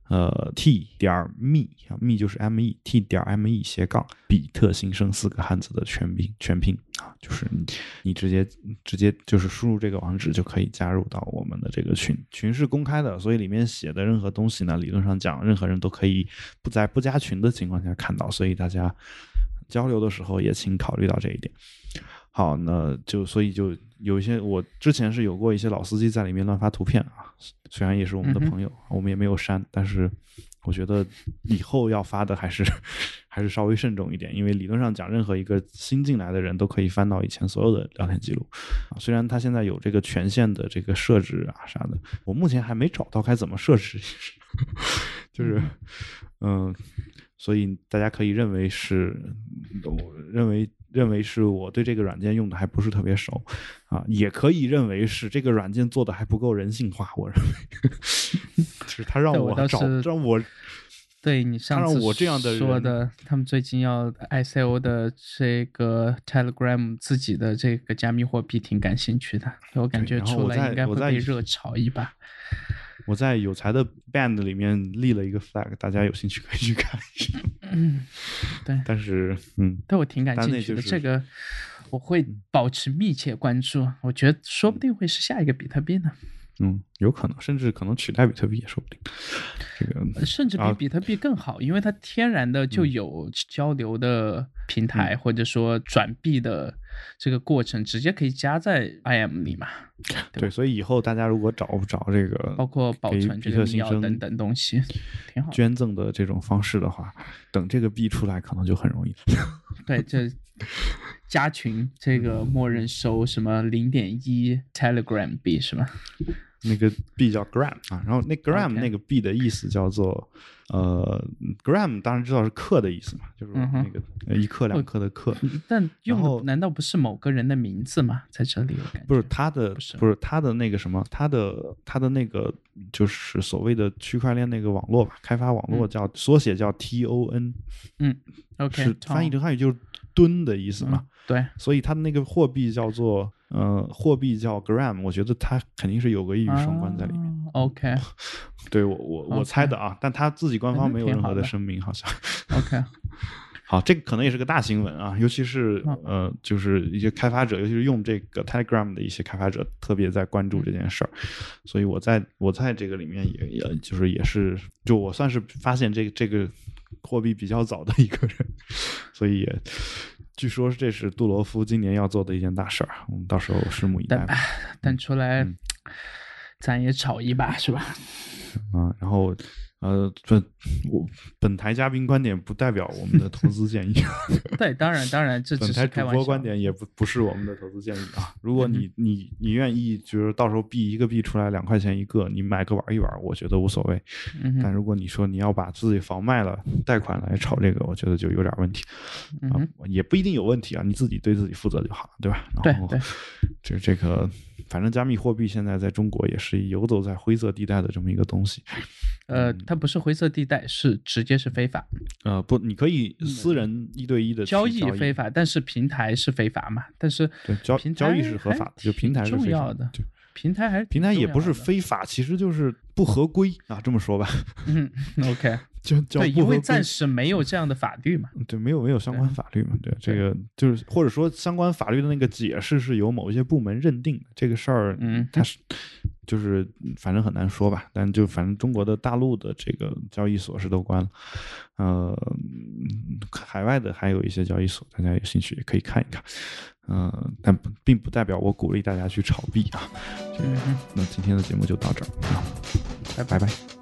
Speaker 1: t.me 就是 me t.me 斜杠比特新生4个汉字的全拼就是你直接就是输入这个网址就可以加入到我们的这个群是公开的，所以里面写的任何东西呢，理论上讲任何人都可以在不加群的情况下看到，所以大家交流的时候也请考虑到这一点。好，那所以有一些我之前是有过一些老司机在里面乱发图片虽然也是我们的朋友，我们也没有删，但是我觉得以后要发的还是稍微慎重一点，因为理论上讲任何一个新进来的人都可以翻到以前所有的聊天记录虽然他现在有这个权限的这个设置啥的，我目前还没找到该怎么设置就是所以大家可以认为是我对这个软件用的还不是特别熟也可以认为是这个软件做的还不够人性化，我认为就是他让我
Speaker 2: 对你上次说的他们最近要 ICO 的这个 Telegram 自己的这个加密货币挺感兴趣的，我感觉出来应该会被热炒一把。
Speaker 1: 我在有才的 band 里面立了一个 flag， 大家有兴趣可以去看一下。
Speaker 2: 对，
Speaker 1: 但是
Speaker 2: 对我挺感兴趣的，这个我会保持密切关注，我觉得说不定会是下一个比特币呢。
Speaker 1: 有可能，甚至可能取代比特币也说不定。这个
Speaker 2: 甚至比比特币更好，因为它天然的就有交流的平台，或者说转币的这个过程，直接可以加在 IM 里嘛。
Speaker 1: 对，所以以后大家如果找这个，
Speaker 2: 包括保存这个密钥等等东西，挺好。
Speaker 1: 捐赠的这种方式的话，等这个币出来，可能就很容易。
Speaker 2: 对，这加群这个默认收什么0.1 Telegram 币是吧？
Speaker 1: 那个币叫 gram 然后那 gram 那个币的意思叫做gram 当然知道是克的意思嘛，就是那个1克2克的克，
Speaker 2: 但用的难道不是某个人的名字吗？在这里我感觉
Speaker 1: 不是他的那个什么，他的那个就是所谓的区块链那个网络吧，开发网络叫缩写叫 TON，
Speaker 2: OK，
Speaker 1: 是翻译成汉语就是吨的意思嘛，
Speaker 2: 对，
Speaker 1: 所以他的那个货币叫做货币叫 gram， 我觉得它肯定是有个一语双关在里面。
Speaker 2: OK，
Speaker 1: 对我猜的但他自己官方没有任何的声明，好像。
Speaker 2: OK，
Speaker 1: 好，这个可能也是个大新闻尤其是就是一些开发者，尤其是用这个 Telegram 的一些开发者特别在关注这件事儿，所以我在这个里面也是就我算是发现这个货币比较早的一个人，所以也据说这是杜罗夫今年要做的一件大事儿，我们到时候拭目以待吧。
Speaker 2: 等出来咱也炒一把是吧？
Speaker 1: 然后本台嘉宾观点不代表我们的投资建议。
Speaker 2: 对，当然这只是开玩笑。
Speaker 1: 本台主播观点也不是我们的投资建议如果你愿意，就是到时候一个币出来2块钱一个，你买个玩一玩，我觉得无所谓。但如果你说你要把自己房卖了贷款来炒这个，我觉得就有点问题也不一定有问题你自己对自己负责就好，对吧？然后就是这个，反正加密货币现在在中国也是游走在灰色地带的这么一个东西。
Speaker 2: 它不是灰色地带，是直接是非法。
Speaker 1: 不，你可以私人1对1的
Speaker 2: 交易非法，但是平台是非法嘛？但是
Speaker 1: 对交易是合法的，就平台是非法
Speaker 2: 的。平台
Speaker 1: 也不是非法，其实就是不合规啊，这么说吧。
Speaker 2: OK，
Speaker 1: 叫不合规，
Speaker 2: 因为暂时没有这样的法律嘛。
Speaker 1: 对，没有相关法律嘛。对，这个就是或者说相关法律的那个解释是由某一些部门认定的，这个事儿，它是就是反正很难说吧。但就反正中国的大陆的这个交易所是都关了，海外的还有一些交易所，大家有兴趣也可以看一看。但并不代表我鼓励大家去炒币啊。那今天的节目就到这儿啊，拜拜。